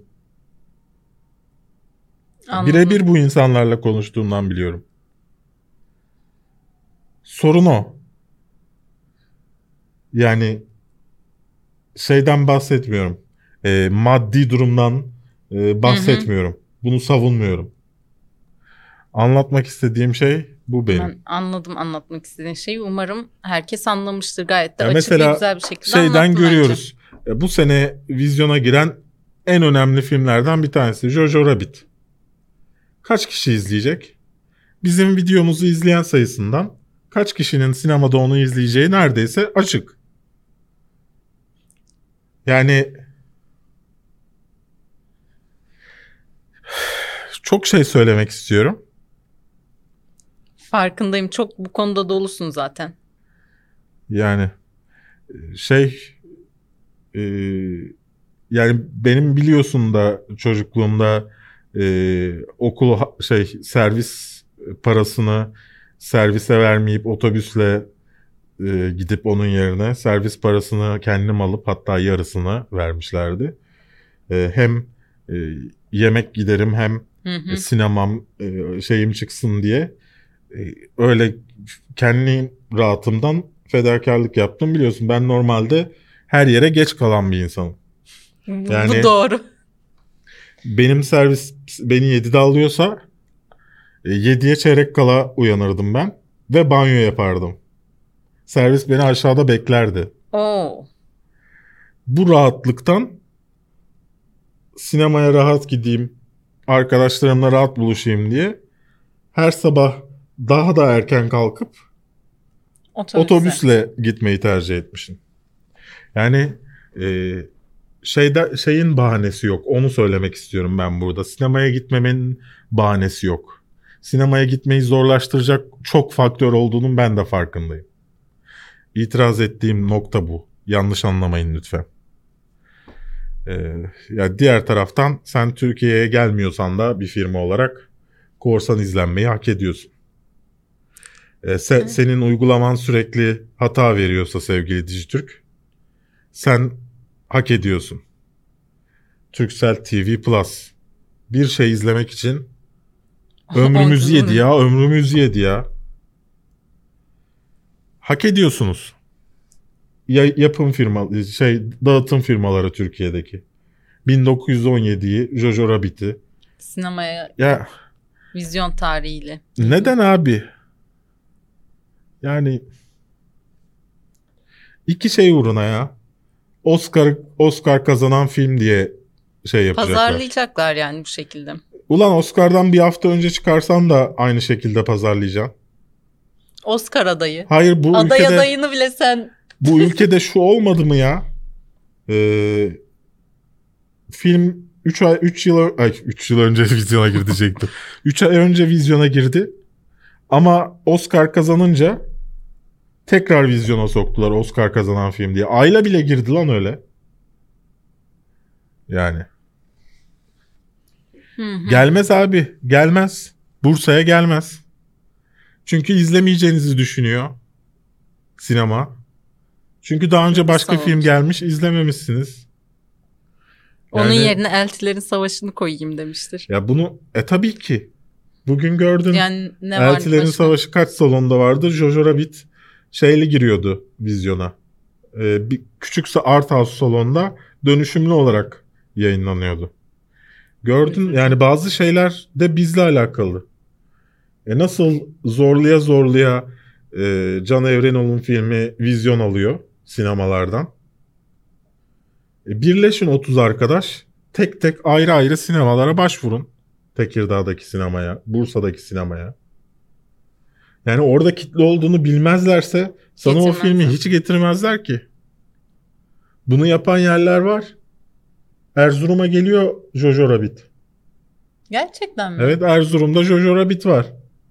Birebir bu insanlarla konuştuğumdan biliyorum. Sorun o. Yani şeyden bahsetmiyorum. Maddi durumdan bahsetmiyorum. Bunu savunmuyorum. Anlatmak istediğim şey bu benim. Ben anladım anlatmak istediğin şeyi. Umarım herkes anlamıştır. Gayet de Ya açık ve güzel bir şekilde şeyden görüyoruz. Bence. Bu sene vizyona giren en önemli filmlerden bir tanesi Jojo Rabbit. Kaç kişi izleyecek? Bizim videomuzu izleyen sayısından kaç kişinin sinemada onu izleyeceği neredeyse açık. Yani çok şey söylemek istiyorum. Farkındayım. Çok bu konuda dolusun zaten. Yani yani benim biliyorsun da çocukluğumda okul servis parasını servise vermeyip otobüsle gidip onun yerine servis parasını kendim alıp hatta yarısını vermişlerdi. Hem yemek giderim hem sinemam şeyim çıksın diye öyle kendi rahatımdan fedakarlık yaptım. Biliyorsun ben normalde her yere geç kalan bir insanım. Yani bu doğru. Benim servis beni 7'de alıyorsa 7'ye çeyrek kala uyanırdım ben ve banyo yapardım. Servis beni aşağıda beklerdi. Oo. Bu rahatlıktan sinemaya rahat gideyim, arkadaşlarımla rahat buluşayım diye her sabah daha da erken kalkıp otobüsle gitmeyi tercih etmişim. Yani şeyin bahanesi yok. Onu söylemek istiyorum ben burada. Sinemaya gitmemenin bahanesi yok. Sinemaya gitmeyi zorlaştıracak çok faktör olduğunun ben de farkındayım. İtiraz ettiğim nokta bu. Yanlış anlamayın lütfen. Ya diğer taraftan sen Türkiye'ye gelmiyorsan da bir firma olarak korsan izlenmeyi hak ediyorsun. Senin uygulaman sürekli hata veriyorsa sevgili Dijitürk, sen hak ediyorsun. Turkcell TV Plus. Bir şey izlemek için ömrümüzü yedi ya. Hak ediyorsunuz. Yapım dağıtım firmaları Türkiye'deki. 1917'yi, Jojo Rabbit'i, Sinemaya, Ya vizyon tarihiyle. neden abi? Yani iki şey uğruna ya. Oscar kazanan film diye şey yapacaklar. Pazarlayacaklar yani bu şekilde. Ulan Oscar'dan bir hafta önce çıkarsan da aynı şekilde pazarlayacaksın. Oscar adayı. Hayır bu Aday ülkede adayını bile sen... bu ülkede şu olmadı mı ya? Film 3 yıl önce vizyona girdi diyecektim. 3 ay önce vizyona girdi. Ama Oscar kazanınca tekrar vizyona soktular Oscar kazanan film diye. Ayla bile girdi lan öyle. Yani. Gelmez abi. Gelmez. Bursa'ya gelmez. Çünkü izlemeyeceğinizi düşünüyor sinema. Çünkü daha önce başka Duygusal film olmuş. gelmiş, izlememişsiniz. Onun Yani- yerine Eltilerin Savaşı'nı koyayım demiştir. Ya bunu tabii ki. Bugün gördün. Yani ne var Eltilerin başka? Savaşı kaç salonda vardı? Jojo Rabbit şeyli giriyordu vizyona. Bir küçükse Art House salonda dönüşümlü olarak yayınlanıyordu. Gördün yani bazı şeyler de bizle alakalı. Nasıl zorluya zorluya Can Evrenoğlu'nun filmi vizyon alıyor sinemalardan. Birleşin 30 arkadaş. Tek tek ayrı ayrı sinemalara başvurun. Tekirdağ'daki sinemaya, Bursa'daki sinemaya. Yani orada kitle olduğunu bilmezlerse sana o filmi Getirmezler. hiç getirmezler ki. Bunu yapan yerler var. Erzurum'a geliyor Jojo Rabbit. Gerçekten mi? Evet, Erzurum'da Jojo Rabbit var.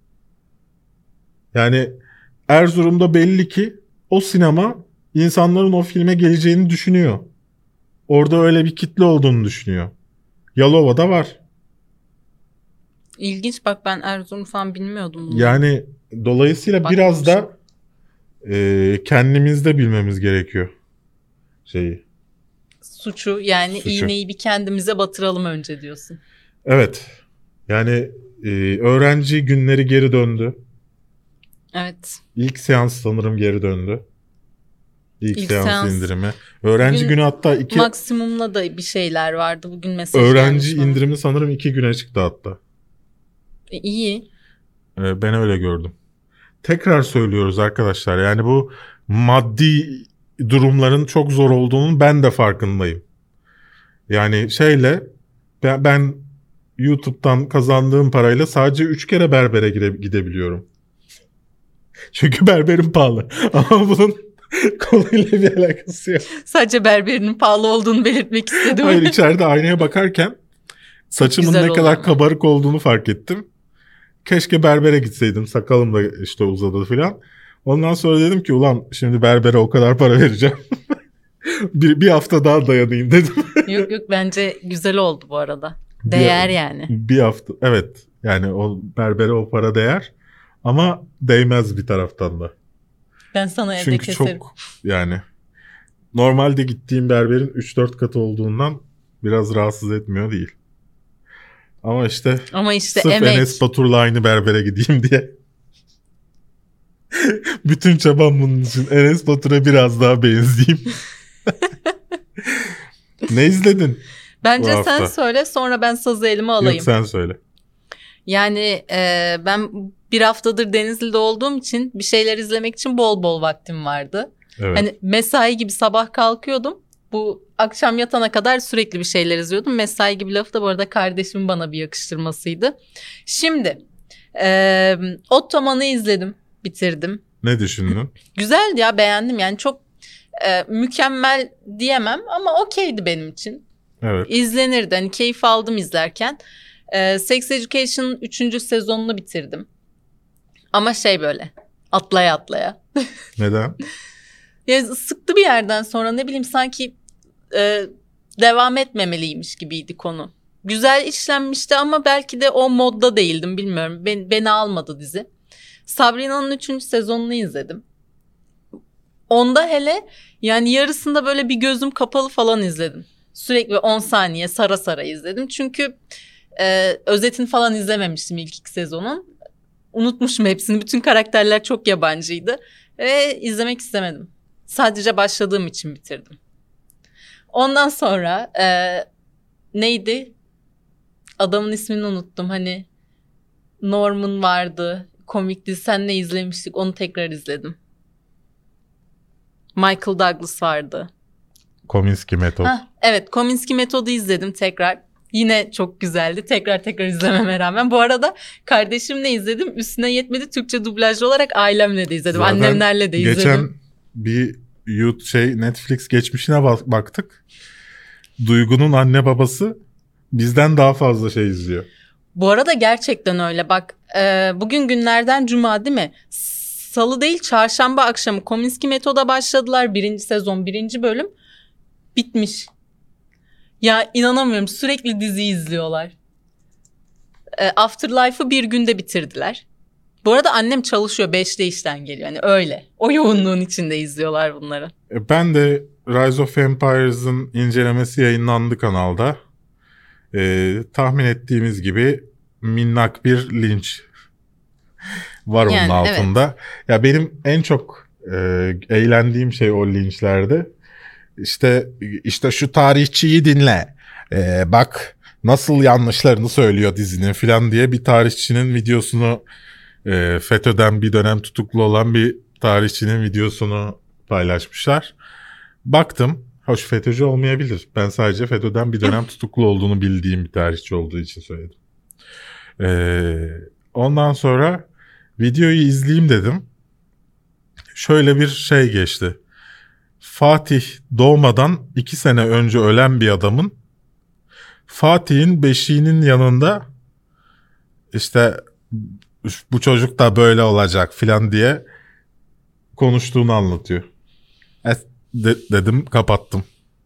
Yani Erzurum'da belli ki o sinema insanların o filme geleceğini düşünüyor. Orada öyle bir kitle olduğunu düşünüyor. Yalova'da var. İlginç, bak ben Erzurum falan bilmiyordum bunu. Yani dolayısıyla biraz da kendimizde bilmemiz gerekiyor şeyi. Suçu yani Suçu. iğneyi bir kendimize batıralım önce diyorsun. Evet. Yani öğrenci günleri geri döndü. Evet. İlk seans sanırım geri döndü. İlk İlk seans seans. indirimi. Öğrenci Bugün günü hatta Maksimumla da bir şeyler vardı. Bugün mesaj öğrenci gelmiş bana. indirimi sanırım 2 güne çıktı hatta. İyi. Ben öyle gördüm. Tekrar söylüyoruz arkadaşlar. Yani bu maddi durumların çok zor olduğunun ben de farkındayım. Yani ben YouTube'dan kazandığım parayla sadece 3 kere berbere gidebiliyorum. Çünkü berberim pahalı. Ama bunun konuyla bir alakası yok. Sadece berberinin pahalı olduğunu belirtmek istedim. Hayır, içeride aynaya bakarken saçımın güzel ne oldu kadar ama. kabarık olduğunu fark ettim. Keşke berbere gitseydim. Sakalım da işte uzadı filan. Ondan sonra dedim ki ulan şimdi berbere o kadar para vereceğim. bir hafta daha dayanayım dedim. Yok bence güzel oldu bu arada. Değer yani. Bir hafta. Evet. Yani o berbere o para değer. Ama değmez bir taraftan da. Ben sana evde Çünkü keserim. çok yani normalde gittiğim berberin 3-4 katı olduğundan biraz rahatsız etmiyor değil. Ama işte Ama işte sırf emek. Enes Batur'la aynı berbere gideyim diye. Bütün çabam bunun için. Enes Batur'a biraz daha benzeyeyim. Ne izledin? bu Bence hafta? sen söyle, sonra ben sazı elime alayım. Yok, sen söyle. Yani ben bir haftadır Denizli'de olduğum için bir şeyler izlemek için bol bol vaktim vardı. Evet. Hani mesai gibi sabah kalkıyordum. Bu akşam yatana kadar sürekli bir şeyler izliyordum. Mesai gibi lafı da bu arada kardeşimin bana bir yakıştırmasıydı. Şimdi Ottoman'ı izledim, bitirdim. Ne düşündün? Güzeldi ya, beğendim. Yani çok mükemmel diyemem ama okeydi benim için. Evet. İzlenirdi. Hani keyif aldım izlerken. Sex Education'ın 3. sezonunu bitirdim. Ama böyle atlaya atlaya. Neden? Ya sıktı bir yerden sonra, ne bileyim, sanki devam etmemeliymiş gibiydi konu. Güzel işlenmişti ama belki de o modda değildim, bilmiyorum. Beni almadı dizi. Sabrina'nın 3. sezonunu izledim. Onda hele yani yarısında böyle bir gözüm kapalı falan izledim. Sürekli 10 saniye sara sara izledim. Çünkü özetini falan izlememiştim ilk 2 sezonun. Unutmuşum hepsini. Bütün karakterler çok yabancıydı. Ve izlemek istemedim. Sadece başladığım için bitirdim. Ondan sonra neydi? Adamın ismini unuttum. Hani Norman vardı. Komikti. Senle izlemiştik. Onu tekrar izledim. Michael Douglas vardı. Kominsky Method. Evet, Kominsky Metod'u izledim tekrar. Yine çok güzeldi. Tekrar izlememe rağmen. Bu arada kardeşimle izledim. Üstüne yetmedi. Türkçe dublajlı olarak ailemle de izledim. Zaten annemlerle de izledim. Geçen bir Netflix geçmişine baktık. Duygu'nun anne babası bizden daha fazla şey izliyor. Bu arada gerçekten öyle. Bak bugün günlerden cuma değil mi? Salı değil, çarşamba akşamı Kominsky Metod'a başladılar. 1. sezon 1. bölüm. Bitmiş. Ya inanamıyorum, sürekli dizi izliyorlar. Afterlife'ı bir günde bitirdiler. Bu arada annem çalışıyor, 5'te işten geliyor. Yani öyle. O yoğunluğun içinde izliyorlar bunları. Ben de Rise of Empires'ın incelemesi yayınlandı kanalda. Tahmin ettiğimiz gibi minnak bir linç var Yani, onun altında. Evet. Ya benim en çok eğlendiğim şey o linçlerde. İşte şu tarihçiyi dinle. Bak nasıl yanlışlarını söylüyor dizinin falan diye bir tarihçinin videosunu FETÖ'den bir dönem tutuklu olan bir tarihçinin videosunu paylaşmışlar. Baktım. Hoş FETÖ'cü olmayabilir. Ben sadece FETÖ'den bir dönem tutuklu olduğunu bildiğim bir tarihçi olduğu için söyledim. Ondan sonra videoyu izleyeyim dedim. Şöyle bir şey geçti. Fatih doğmadan 2 sene önce ölen bir adamın Fatih'in beşiğinin yanında işte bu çocuk da böyle olacak filan diye konuştuğunu anlatıyor. Dedim, kapattım.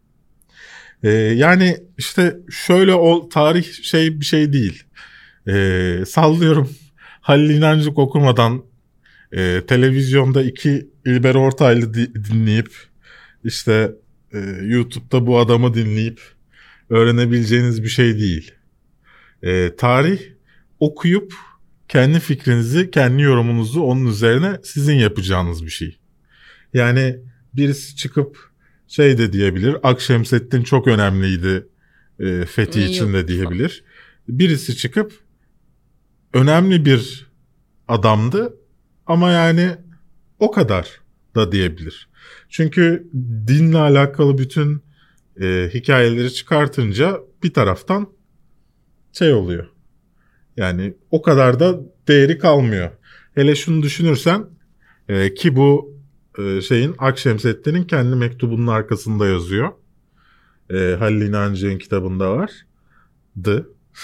Yani işte şöyle tarih bir şey değil. Sallıyorum. Halil İnancık okumadan televizyonda 2 İlber Ortaylı dinleyip işte YouTube'da bu adamı dinleyip öğrenebileceğiniz bir şey değil. Tarih okuyup kendi fikrinizi, kendi yorumunuzu onun üzerine sizin yapacağınız bir şey. Yani birisi çıkıp de diyebilir. Akşemseddin çok önemliydi fethi için de diyebilir. Birisi çıkıp önemli bir adamdı ama yani o kadar da diyebilir. Çünkü dinle alakalı bütün hikayeleri çıkartınca bir taraftan oluyor. Yani o kadar da değeri kalmıyor. Hele şunu düşünürsen ki bu Akşemseddin'in kendi mektubunun arkasında yazıyor. Halil İnancık'ın kitabında vardı.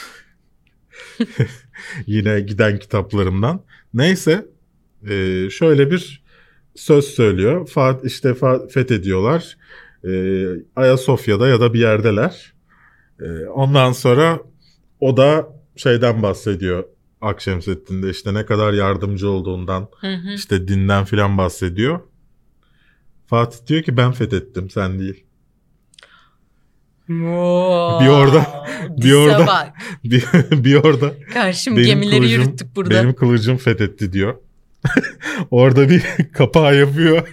Yine giden kitaplarımdan. Neyse şöyle bir söz söylüyor. Fethediyorlar. Ayasofya'da ya da bir yerdeler. Ondan sonra o da şeyden bahsediyor. Akşemseddin'de işte ne kadar yardımcı olduğundan, işte dinden filan bahsediyor. Fatih diyor ki ben fethettim, sen değil. Bir orada karşım gemileri yürüttük burada. Benim kılıcım fethetti diyor. Orada bir kapağı yapıyor.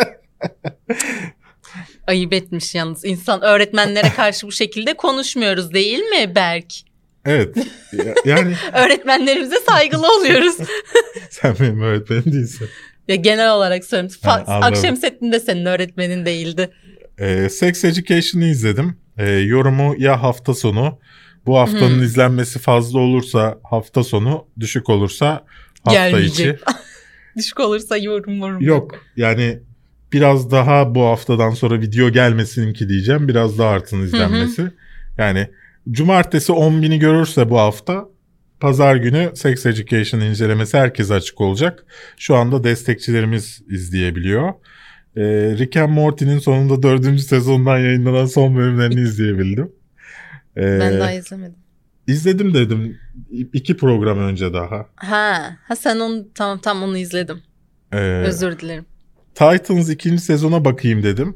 Ayıp etmiş yalnız. İnsan öğretmenlere karşı bu şekilde konuşmuyoruz değil mi Berk? Evet. Yani öğretmenlerimize saygılı oluyoruz. Sen benim öğretmenim değilsin. Ya genel olarak söylüyorum. Akşemseddin de senin öğretmenin değildi. Sex Education'ı izledim. Yorumu ya hafta sonu. Bu haftanın izlenmesi fazla olursa hafta sonu, düşük olursa hafta içi. Düşük olursa yorum. Yok yani biraz daha bu haftadan sonra video gelmesininki diyeceğim. Biraz daha artsın izlenmesi. Yani cumartesi 10.000'i görürse bu hafta, pazar günü Sex Education incelemesi herkese açık olacak. Şu anda destekçilerimiz izleyebiliyor. Rick and Morty'nin sonunda 4. sezondan yayınlanan son bölümlerini izleyebildim. Ben daha izlemedim. İzledim dedim 2 program önce daha. Ha sen onu tam onu izledim. Özür dilerim. Titans 2. sezona bakayım dedim.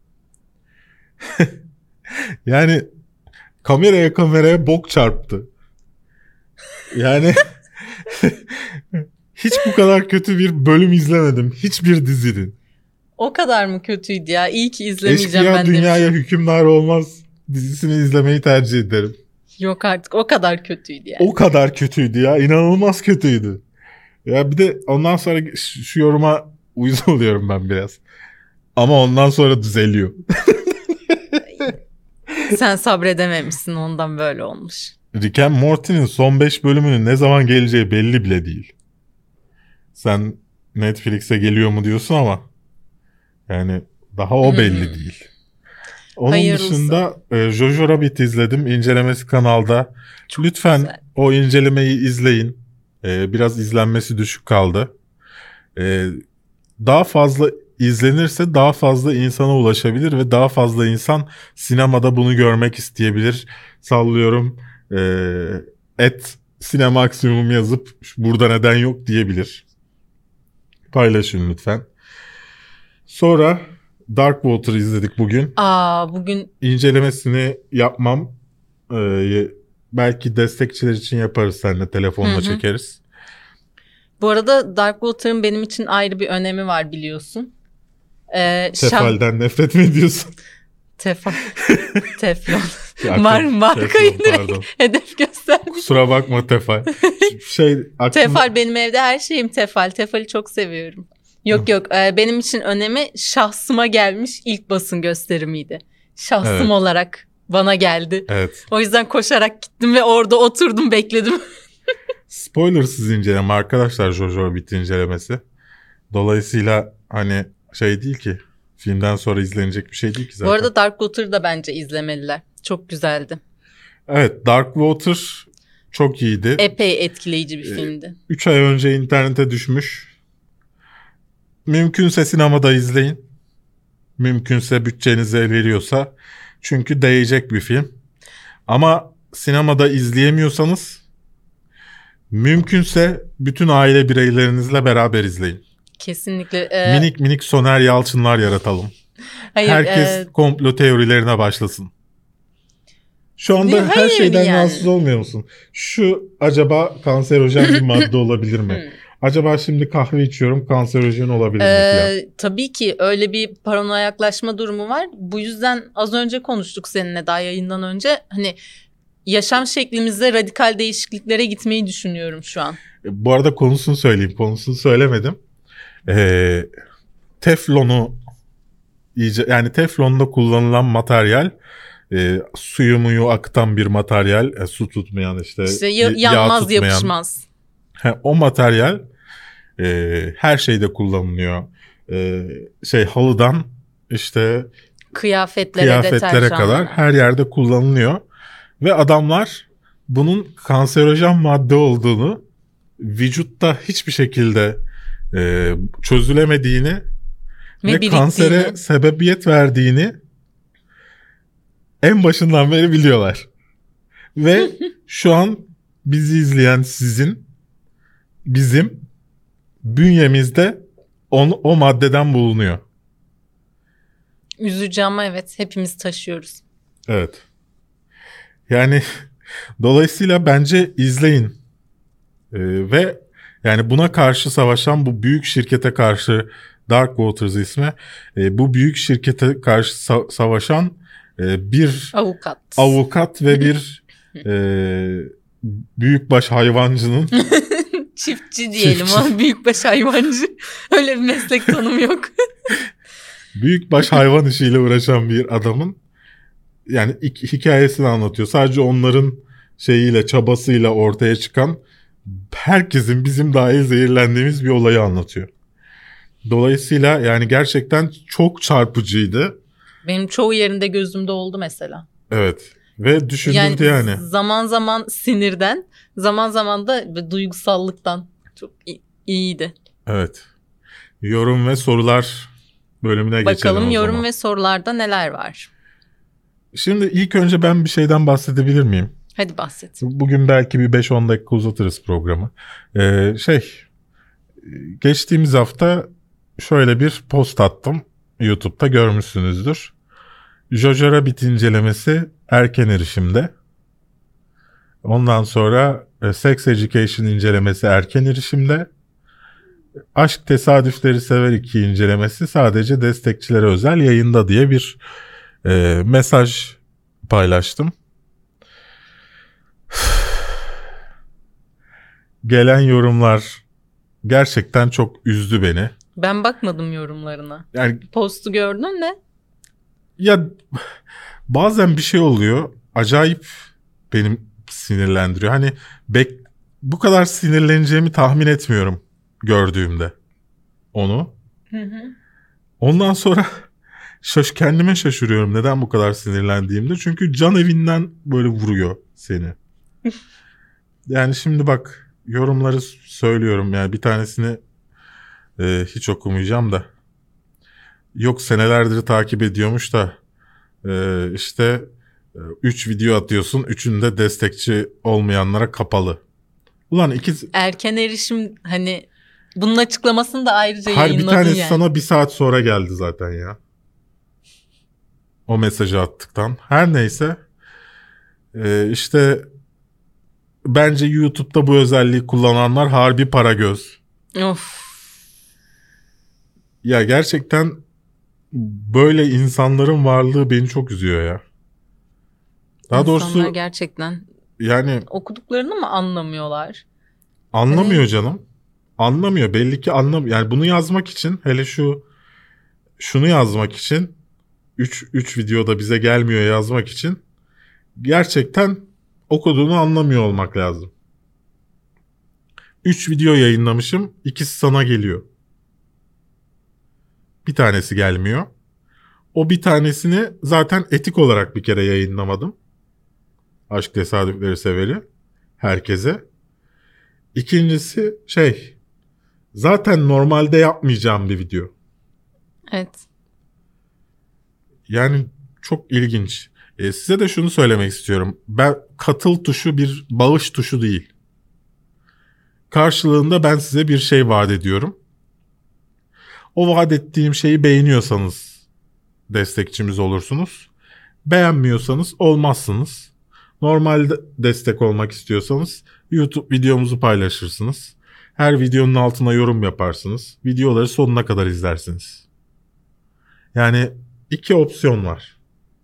Yani kameraya bok çarptı. Yani hiç bu kadar kötü bir bölüm izlemedim. Hiçbir dizinin. O kadar mı kötüydü ya? İyi ki izlemeyeceğim ben de. Eşkıya Dünyaya Hükümdar Olmaz dizisini izlemeyi tercih ederim. Yok artık, o kadar kötüydü yani. O kadar kötüydü ya. İnanılmaz kötüydü. Ya bir de ondan sonra şu yoruma uyuz oluyorum ben biraz. Ama ondan sonra düzeliyor. Sen sabredememişsin, ondan böyle olmuş. Rick and Morty'nin son 5 bölümünün ne zaman geleceği belli bile değil. Sen Netflix'e geliyor mu diyorsun ama yani daha o belli değil. Onun Hayırlısı. dışında Jojo Rabbit izledim. İncelemesi kanalda. Çok Lütfen güzel. o incelemeyi izleyin. Biraz izlenmesi düşük kaldı. Daha fazla izlenirse daha fazla insana ulaşabilir ve daha fazla insan sinemada bunu görmek isteyebilir. Sallıyorum. @sinemaksimum yazıp burada neden yok diyebilir. Paylaşın lütfen. Sonra Darkwater izledik bugün. Bugün İncelemesini yapmam. Belki destekçiler için yaparız, seninle telefonla çekeriz. bu arada Darkwater'ın benim için ayrı bir önemi var, biliyorsun. Tefal'den nefret mi ediyorsun? Teflon. Teflon, Markayı pardon. direkt hedef göstermiş. Kusura bakma Tefal. Tefal benim evde her şeyim Tefal. Tefal'i çok seviyorum. Yok benim için önemi şahsıma gelmiş ilk basın gösterimiydi. Şahsım Evet. olarak bana geldi. Evet. O yüzden koşarak gittim ve orada oturdum, bekledim. Spoilersız inceleme arkadaşlar, Jojo Rabbit incelemesi. Dolayısıyla hani şey değil ki, filmden sonra izlenecek bir şey değil ki zaten. Bu arada Darkwater'ı da bence izlemeliler. Çok güzeldi. Evet, Darkwater çok iyiydi. Epey etkileyici bir filmdi. 3 ay önce internete düşmüş. Mümkünse sinemada izleyin. Mümkünse bütçenize el veriyorsa. Çünkü değecek bir film. Ama sinemada izleyemiyorsanız mümkünse bütün aile bireylerinizle beraber izleyin. Kesinlikle. Minik minik Soner Yalçınlar yaratalım. Hayır, Herkes komplo teorilerine başlasın. Şu anda her hayır şeyden yani. rahatsız olmuyor musun? Şu acaba kanserojen bir madde olabilir mi? Acaba şimdi kahve içiyorum, kanserojen olabilir mi falan? Tabii ki öyle bir paranoya yaklaşma durumu var. Bu yüzden az önce konuştuk seninle, daha yayından önce. Hani yaşam şeklimizde radikal değişikliklere gitmeyi düşünüyorum şu an. Bu arada konusunu söyleyeyim. Konusunu söylemedim. Teflonu yani teflonda kullanılan materyal suyu muyu akıtan bir materyal. Su tutmayan işte yağ yanmaz, tutmayan. yapışmaz. O materyal her şeyde kullanılıyor. Halıdan işte kıyafetlere kadar her yerde kullanılıyor. Ve adamlar bunun kanserojen madde olduğunu, vücutta hiçbir şekilde çözülemediğini ve kansere sebebiyet verdiğini en başından beri biliyorlar. Ve şu an bizi izleyen bizim bünyemizde o maddeden bulunuyor. Üzücü ama evet, hepimiz taşıyoruz. Evet. Yani dolayısıyla bence izleyin. Ve yani buna karşı savaşan, bu büyük şirkete karşı, Darkwaters ismi, bu büyük şirkete karşı savaşan bir avukat ve bir büyükbaş hayvancının çiftçi diyelim ama büyükbaş hayvancı. Öyle bir meslek tanımı yok. Büyükbaş hayvan işiyle uğraşan bir adamın yani hikayesini anlatıyor. Sadece onların çabasıyla ortaya çıkan, herkesin bizim dahil zehirlendiğimiz bir olayı anlatıyor. Dolayısıyla yani gerçekten çok çarpıcıydı. Benim çoğu yerinde gözümde oldu mesela. Evet. Ve düşündürdü yani. Zaman zaman sinirden, zaman zaman da duygusallıktan çok iyiydi. Evet. Yorum ve sorular bölümüne geçelim o zaman. Bakalım yorum ve sorularda neler var. Şimdi ilk önce ben bir şeyden bahsedebilir miyim? Hadi bahset. Bugün belki bir 5-10 dakika uzatırız programı. Geçtiğimiz hafta şöyle bir post attım. YouTube'da görmüşsünüzdür. Jojo Rabbit incelemesi erken erişimde. Ondan sonra Sex Education incelemesi erken erişimde. Aşk Tesadüfleri Sever 2 incelemesi sadece destekçilere özel yayında diye bir mesaj paylaştım. gelen yorumlar gerçekten çok üzdü beni. Ben bakmadım yorumlarına. Yani Postu gördün de. ya bazen bir şey oluyor. Acayip benim sinirlendiriyor. Hani bu kadar sinirleneceğimi tahmin etmiyorum gördüğümde onu. Hı hı. Ondan sonra kendime şaşırıyorum neden bu kadar sinirlendiğimde. Çünkü can evinden böyle vuruyor seni. Yani şimdi bak yorumları söylüyorum. Yani bir tanesini hiç okumayacağım da. Yok senelerdir takip ediyormuş da işte 3 video atıyorsun. Üçünde destekçi olmayanlara kapalı. Ulan Erken erişim hani bunun açıklamasını da ayrıca bir yayınladın tanesi yani. sana 1 saat sonra geldi zaten ya. O mesajı attıktan. Her neyse işte bence YouTube'da bu özelliği kullananlar harbi para göz. Of. Ya gerçekten böyle insanların varlığı beni çok üzüyor ya. Daha İnsanlar doğrusu gerçekten yani okuduklarını mı anlamıyorlar? anlamıyor Evet. canım. Anlamıyor. Belli ki anlamıyor. Yani bunu yazmak için hele şunu yazmak için 3 videoda bize gelmiyor yazmak için gerçekten okuduğunu anlamıyor olmak lazım. 3 video yayınlamışım. İkisi sana geliyor. Bir tanesi gelmiyor. O bir tanesini zaten etik olarak bir kere yayınlamadım. Aşk Tesadüfleri Severi. Herkese. İkincisi zaten normalde yapmayacağım bir video. Evet. Yani çok ilginç. Size de şunu söylemek istiyorum. Ben katıl tuşu bir bağış tuşu değil. Karşılığında ben size bir şey vaat ediyorum. O vaat ettiğim şeyi beğeniyorsanız destekçimiz olursunuz. Beğenmiyorsanız olmazsınız. Normalde destek olmak istiyorsanız YouTube videomuzu paylaşırsınız. Her videonun altına yorum yaparsınız. Videoları sonuna kadar izlersiniz. Yani 2 opsiyon var.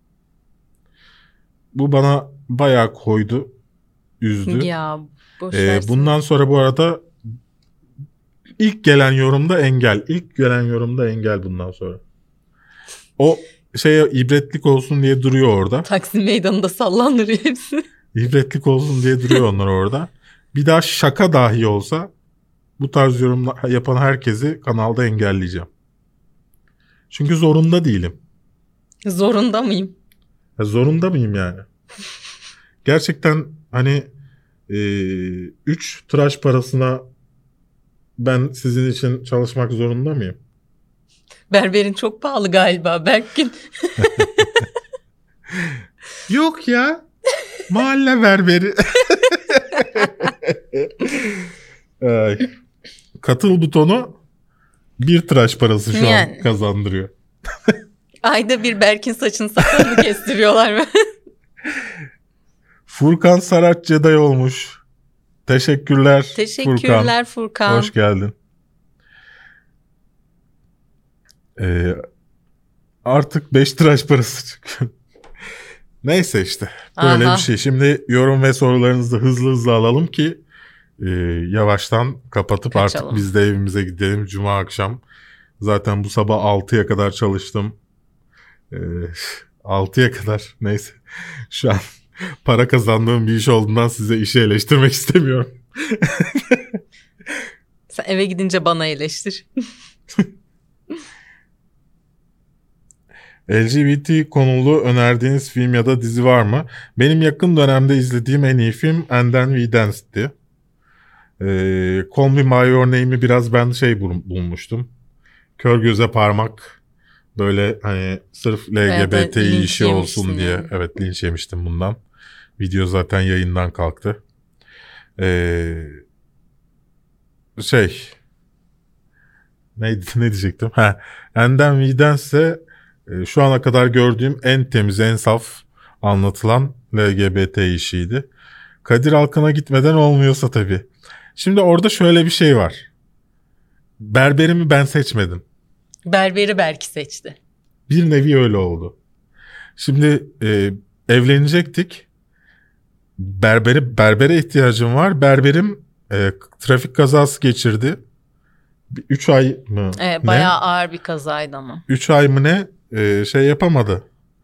Bu bana bayağı koydu, üzdü. Ya boş versin. Bundan sonra bu arada ilk gelen yorumda engel. İlk gelen yorumda engel bundan sonra. O ibretlik olsun diye duruyor orada. Taksim Meydanı'nda sallandırıyor hepsi. İbretlik olsun diye duruyor onlar orada. Bir daha şaka dahi olsa bu tarz yorumlar yapan herkesi kanalda engelleyeceğim. Çünkü zorunda değilim. Zorunda mıyım? Ya zorunda mıyım yani? Gerçekten hani 3 tıraş parasına ben sizin için çalışmak zorunda mıyım? Berberin çok pahalı galiba Berkgün. Yok ya. Mahalle berberi. Ay. Katıl butonu bir tıraş parası şu Yani. an kazandırıyor. Ayda bir Berk'in saçını sakalını kestiriyorlar. Furkan Saraç Ceday olmuş. Teşekkürler. Teşekkürler Furkan. Hoş geldin. Artık 5 tıraş parası çıkıyor. Neyse işte. Böyle Aha. bir şey. Şimdi yorum ve sorularınızı hızlı hızlı alalım ki yavaştan kapatıp Kaçalım. artık biz de evimize gidelim. Cuma akşam. Zaten bu sabah 6'ya kadar çalıştım. 6'ya kadar. Neyse. Şu an para kazandığım bir iş olduğundan size işi eleştirmek istemiyorum. Sen eve gidince bana eleştir. LGBT konulu önerdiğiniz film ya da dizi var mı? Benim yakın dönemde izlediğim en iyi film And Then We Dansed'ti. Call Me By Your Name'i biraz ben bulmuştum. Kör göze parmak, böyle hani sırf LGBTİ linç işi olsun yemişsin diye. yani. Evet, linç yemiştim bundan. Video zaten yayından kalktı. Ne diyecektim? And Then We Dance'se şu ana kadar gördüğüm en temiz, en saf anlatılan LGBT işiydi. Kadir Alkan'a gitmeden olmuyorsa tabii. Şimdi orada şöyle bir şey var. Berberimi ben seçmedim. Berberi Berk seçti. Bir nevi öyle oldu. Şimdi evlenecektik. Berbere ihtiyacım var. Berberim trafik kazası geçirdi. 3 ay mı? Bayağı ağır bir kazaydı ama. 3 ay mı ne? Şey yapamadı.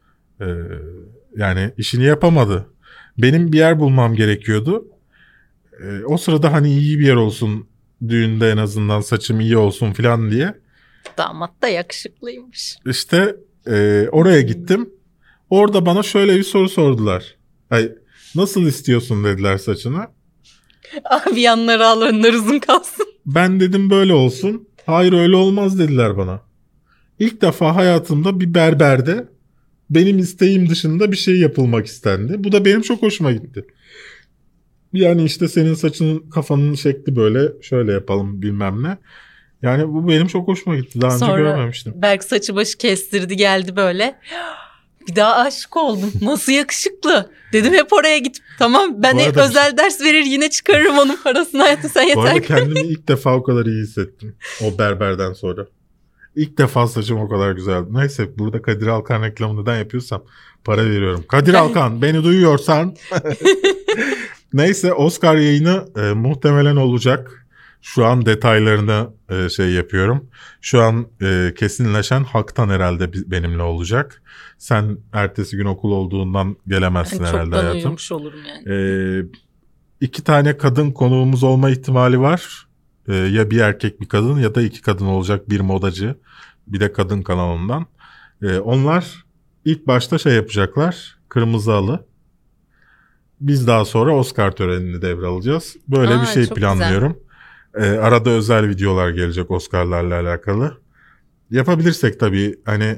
Yani işini yapamadı. Benim bir yer bulmam gerekiyordu. O sırada hani iyi bir yer olsun, düğünde en azından saçım iyi olsun falan diye. Damat da yakışıklıymış. İşte oraya gittim. Orada bana şöyle bir soru sordular. Nasıl istiyorsun dediler saçını. Abi yanları al, önler uzun kalsın. Ben dedim böyle olsun. Hayır öyle olmaz dediler bana. İlk defa hayatımda bir berberde benim isteğim dışında bir şey yapılmak istendi. Bu da benim çok hoşuma gitti. Yani işte senin saçının, kafanın şekli böyle, şöyle yapalım bilmem ne. Yani bu benim çok hoşuma gitti. Daha önce görmemiştim. Berk saçı başı kestirdi, geldi böyle. Bir daha aşık oldum. Nasıl yakışıklı. Dedim hep oraya git. Tamam, ben özel ders verir yine çıkarırım onun parasını, hayatım sen yeter. Bu arada kendimi ilk defa o kadar iyi hissettim. O berberden sonra. İlk defa saçım o kadar güzeldi. Neyse, burada Kadir Alkan reklamı neden yapıyorsam para veriyorum. Kadir Alkan beni duyuyorsan. Neyse, Oscar yayını muhtemelen olacak. Şu an detaylarını şey yapıyorum. Şu an kesinleşen Hak'tan herhalde benimle olacak. Sen ertesi gün okul olduğundan gelemezsin herhalde hayatım. Çoktan uyumuş olurum yani. 2 tane kadın konuğumuz olma ihtimali var. Ya bir erkek bir kadın ya da 2 kadın olacak, bir modacı bir de kadın kanalından. Onlar ilk başta şey yapacaklar, Kırmızı Halı. Biz daha sonra Oscar törenini devralacağız. Böyle bir şey planlıyorum. Arada özel videolar gelecek Oscar'larla alakalı. Yapabilirsek tabii hani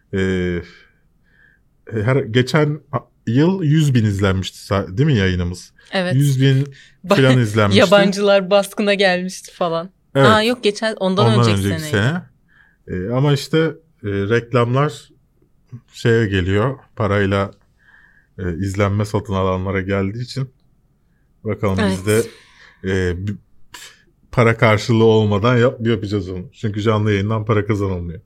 geçen yıl 100.000 izlenmişti değil mi yayınımız? Evet. 100.000 falan izlenmişti. Yabancılar baskına gelmişti falan. Evet. Yok geçen ondan önceki sene. Ama işte reklamlar şeye geliyor, parayla izlenme satın alanlara geldiği için bakalım biz de para karşılığı olmadan yapacağız onu. Çünkü canlı yayından para kazanılmıyor.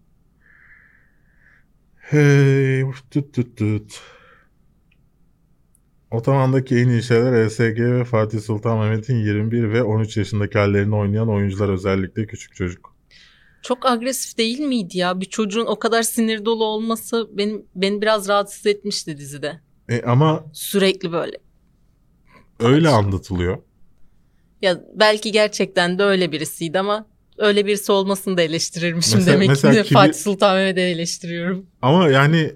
Otomandaki en iyi şeyler ESG ve Fatih Sultan Mehmet'in 21 ve 13 yaşındaki hallerini oynayan oyuncular, özellikle küçük çocuk. Çok agresif değil miydi ya? Bir çocuğun o kadar sinir dolu olması beni biraz rahatsız etmişti dizide. Ama sürekli böyle. Öyle anlatılıyor. Ya belki gerçekten de öyle birisiydi ama öyle birisi olmasını da eleştirirmişim demek ki. Fatih Sultan Mehmet'i eleştiriyorum. Ama yani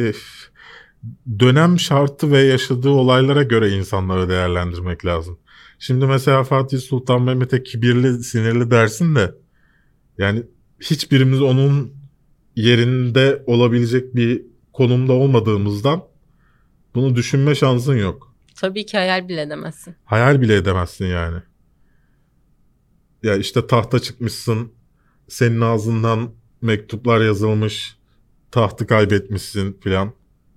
dönem şartı ve yaşadığı olaylara göre insanları değerlendirmek lazım. Şimdi mesela Fatih Sultan Mehmet'e kibirli, sinirli dersin de yani hiçbirimiz onun yerinde olabilecek bir konumda olmadığımızdan bunu düşünme şansın yok. Tabii ki hayal bile edemezsin. Hayal bile edemezsin yani. Ya işte tahta çıkmışsın, senin ağzından mektuplar yazılmış, tahtı kaybetmişsin filan.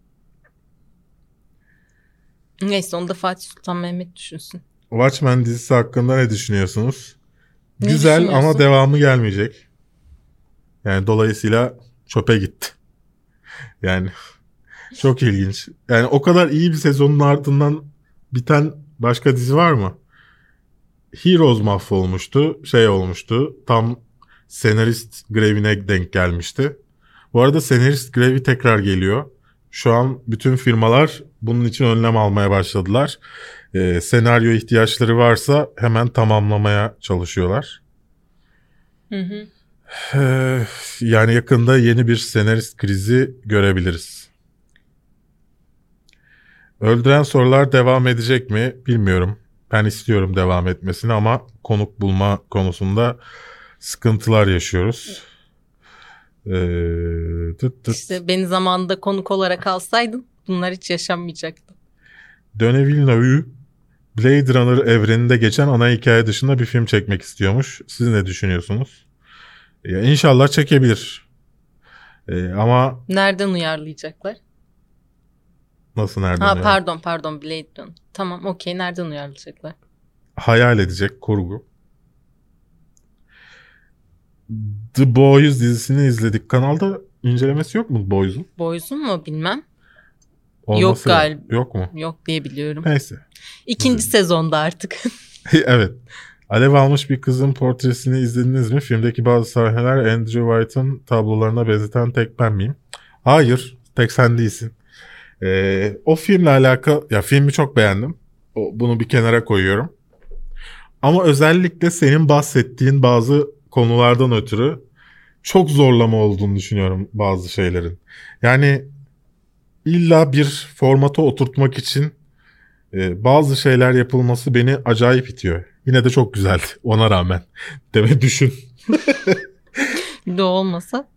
Neyse, onu da Fatih Sultan Mehmet düşünsün. Watchmen dizisi hakkında ne düşünüyorsunuz? Güzel ama devamı gelmeyecek. Yani dolayısıyla çöpe gitti. Yani çok ilginç. Yani o kadar iyi bir sezonun ardından biten başka dizi var mı? Heroes mahvolmuştu. Olmuştu. Tam senarist grevine denk gelmişti. Bu arada senarist grevi tekrar geliyor. Şu an bütün firmalar bunun için önlem almaya başladılar. Senaryo ihtiyaçları varsa hemen tamamlamaya çalışıyorlar. Hı. Yani yakında yeni bir senarist krizi görebiliriz. Öldüren Sorular devam edecek mi bilmiyorum. Ben istiyorum devam etmesini ama konuk bulma konusunda sıkıntılar yaşıyoruz. İşte beni zamanında konuk olarak alsaydın bunlar hiç yaşanmayacaktı. Denis Villeneuve Blade Runner evreninde geçen ana hikaye dışında bir film çekmek istiyormuş. Siz ne düşünüyorsunuz? İnşallah çekebilir. Ama nereden uyarlayacaklar? Nasıl nereden? Pardon Blade Runner. Tamam, okey, nereden uyarlayacaklar? Hayal edecek kurgu. The Boys dizisini izledik. Kanalda incelemesi yok mu Boys'un? Boys'un mu bilmem. Olması yok galiba. Yok mu? Yok diye biliyorum. Neyse. 2. sezonda artık. Evet. Alev almış bir kızın portresini izlediniz mi? Filmdeki bazı sahneler Andrew White'ın tablolarına benzeten tek ben miyim? Hayır, tek sen değilsin. O filmle alakalı, ya filmi çok beğendim. Bunu bir kenara koyuyorum. Ama özellikle senin bahsettiğin bazı konulardan ötürü çok zorlama olduğunu düşünüyorum bazı şeylerin. Yani illa bir formata oturtmak için bazı şeyler yapılması beni acayip itiyor. Yine de çok güzeldi ona rağmen. Deme düşün. Bir de olmasa.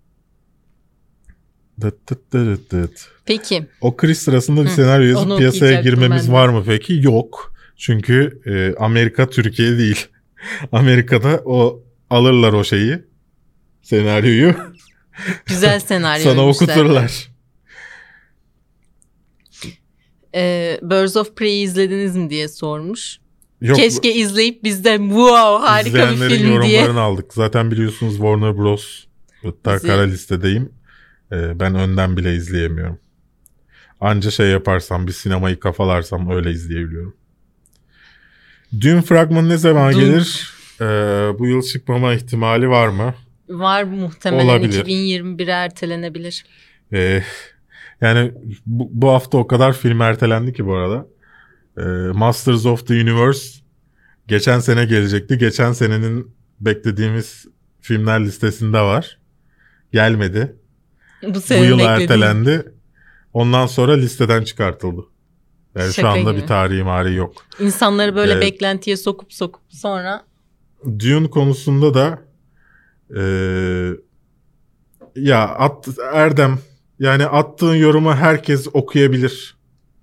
Dıt dıt dıt dıt. Peki. O kriz sırasında bir senaryo yazıp onu piyasaya okuyacaktım girmemiz ben de. var mı peki? Yok. Çünkü Amerika Türkiye değil. Amerika'da alırlar o şeyi. Senaryoyu. Güzel senaryo. Sana okuturlar. Birds of Prey'i izlediniz mi diye sormuş. Yok, Keşke izleyip bizden wow harika bir izleyenlerin film diye. yorumlarını aldık. Zaten biliyorsunuz Warner Bros. Hatta kara listedeyim. Ben önden bile izleyemiyorum. Anca şey yaparsam, bir sinemayı kafalarsam öyle izleyebiliyorum. Dune fragmanı ne zaman gelir? Bu yıl çıkmama ihtimali var mı? Var, muhtemelen Olabilir. 2021'e ertelenebilir. Yani bu hafta o kadar film ertelendi ki bu arada. Masters of the Universe geçen sene gelecekti. Geçen senenin beklediğimiz filmler listesinde var. Gelmedi. Bu Bu yıl beklediğim. ertelendi. Ondan sonra listeden çıkartıldı. Yani Şaka şu anda gibi. bir tarihi yok. İnsanları böyle beklentiye sokup sonra. Dune konusunda da Erdem, yani attığın yorumu herkes okuyabilir.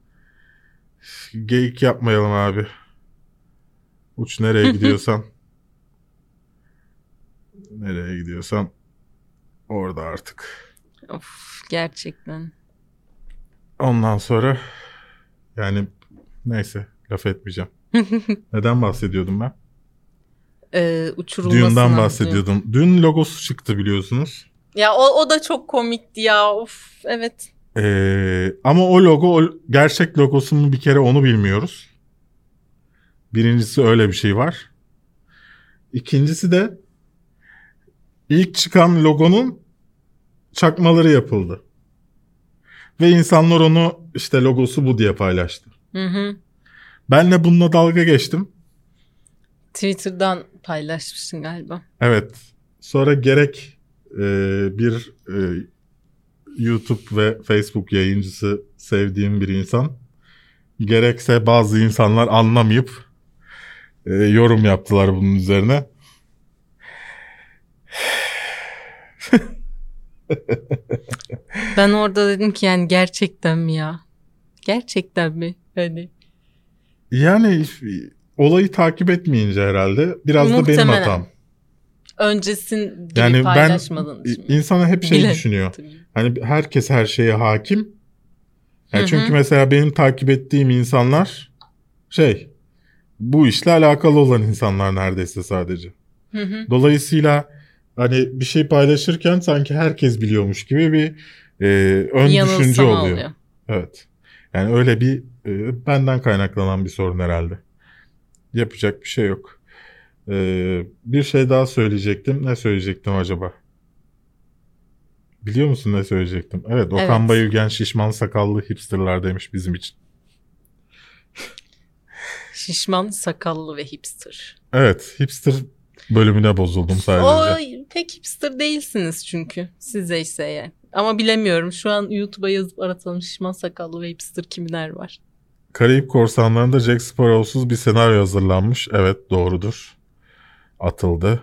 Geyik yapmayalım abi. Uç nereye gidiyorsan. Nereye gidiyorsan orada artık. Of, gerçekten. Ondan sonra yani neyse, laf etmeyeceğim. Neden bahsediyordum ben? Uçurulmasından. Dune'dan bahsediyordum. Dune logosu çıktı biliyorsunuz. Ya o da çok komikti ya. Of, evet. Ama o logo gerçek logosu mu, bir kere onu bilmiyoruz. Birincisi öyle bir şey var. İkincisi de ilk çıkan logonun çakmaları yapıldı. Ve insanlar onu işte logosu bu diye paylaştı. Hı. Ben de bununla dalga geçtim. Twitter'dan paylaşmışsın galiba. Evet. Sonra gerek bir YouTube ve Facebook yayıncısı sevdiğim bir insan, gerekse bazı insanlar anlamayıp yorum yaptılar bunun üzerine. Ben orada dedim ki yani gerçekten mi ya? Gerçekten mi? Hani. Yani olayı takip etmeyince herhalde biraz da benim Muhtemelen. hatam. Öncesin gibi Yani paylaşmadığın için. insana hep şey Bile. düşünüyor. Tabii. Hani herkes her şeye hakim. Yani Hı çünkü hı. mesela benim takip ettiğim insanlar bu işle alakalı olan insanlar neredeyse sadece. Hı. Dolayısıyla hani bir şey paylaşırken sanki herkes biliyormuş gibi bir ön Yanılsama düşünce oluyor. oluyor. Evet. Yani öyle bir benden kaynaklanan bir sorun herhalde. Yapacak bir şey yok. Bir şey daha söyleyecektim. Ne söyleyecektim acaba? Biliyor musun ne söyleyecektim? Evet, Okan Evet. Bayülgen şişman sakallı hipsterlar demiş bizim için. Şişman, sakallı ve hipster. Evet, hipster bölümüne bozuldum sadece. O pek hipster değilsiniz çünkü. Size ise eğer. Ama bilemiyorum. Şu an YouTube'a yazıp aratalım şişman, sakallı ve hipster kimler var? Karayip Korsanları'nda Jack Sparrow'suz bir senaryo hazırlanmış. Evet, doğrudur. Atıldı.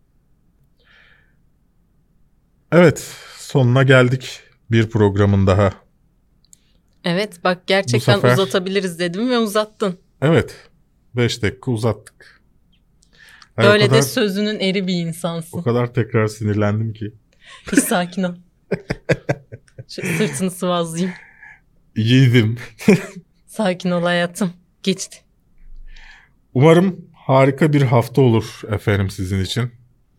Evet, sonuna geldik bir programın daha. Evet, bak gerçekten Bu sefer- uzatabiliriz dedim ve uzattın. Evet, 5 dakika uzattık. Ay, Böyle de sözünün eri bir insansın. o kadar tekrar sinirlendim ki. Hiç sakin ol. Şu sırtını sıvazlayayım. Yedim. Sakin ol hayatım. Geçti. Umarım harika bir hafta olur efendim sizin için.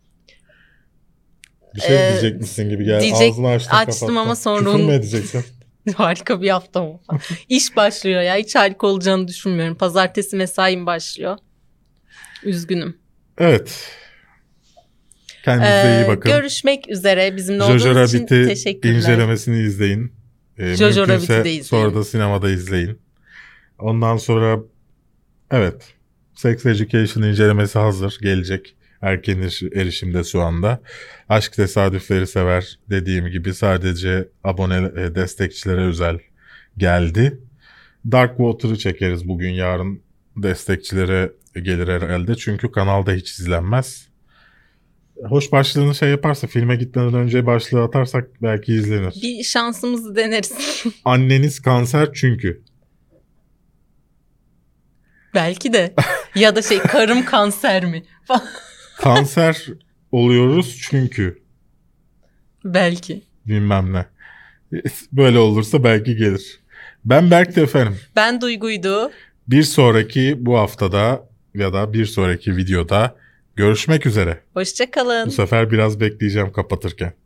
Bir şey diyecek misin gibi geldi. Ağzını açtım açtım ama sonra Küfür onu- mü edeceksin? Harika bir hafta mı? İş başlıyor ya. Hiç harika olacağını düşünmüyorum. Pazartesi mesaim başlıyor. Üzgünüm. Evet. Kendinize iyi bakın. Görüşmek üzere. Bizimle Jojo olduğunuz için Rabbit'i teşekkürler. incelemesini izleyin. Jojo Rabbit'i Mümkünse de izleyin. sonra da sinemada izleyin. Ondan sonra evet, Sex Education incelemesi hazır. Gelecek. Erken erişimde şu anda. Aşk Tesadüfleri Sever dediğim gibi sadece abone destekçilere özel geldi. Dark Water'ı çekeriz bugün, yarın destekçilere gelir herhalde. Çünkü kanalda hiç izlenmez. Hoş başlığını şey yaparsa, filme gitmeden önce başlığı atarsak belki izlenir. Bir şansımızı deneriz. Anneniz kanser çünkü. Belki de. Ya da karım kanser mi? Kanser oluyoruz çünkü. Belki. Bilmem ne. Böyle olursa belki gelir. Ben Berk'ti efendim. Ben Duygu'ydu. Bir sonraki bu haftada ya da bir sonraki videoda görüşmek üzere. Hoşça kalın. Bu sefer biraz bekleyeceğim kapatırken.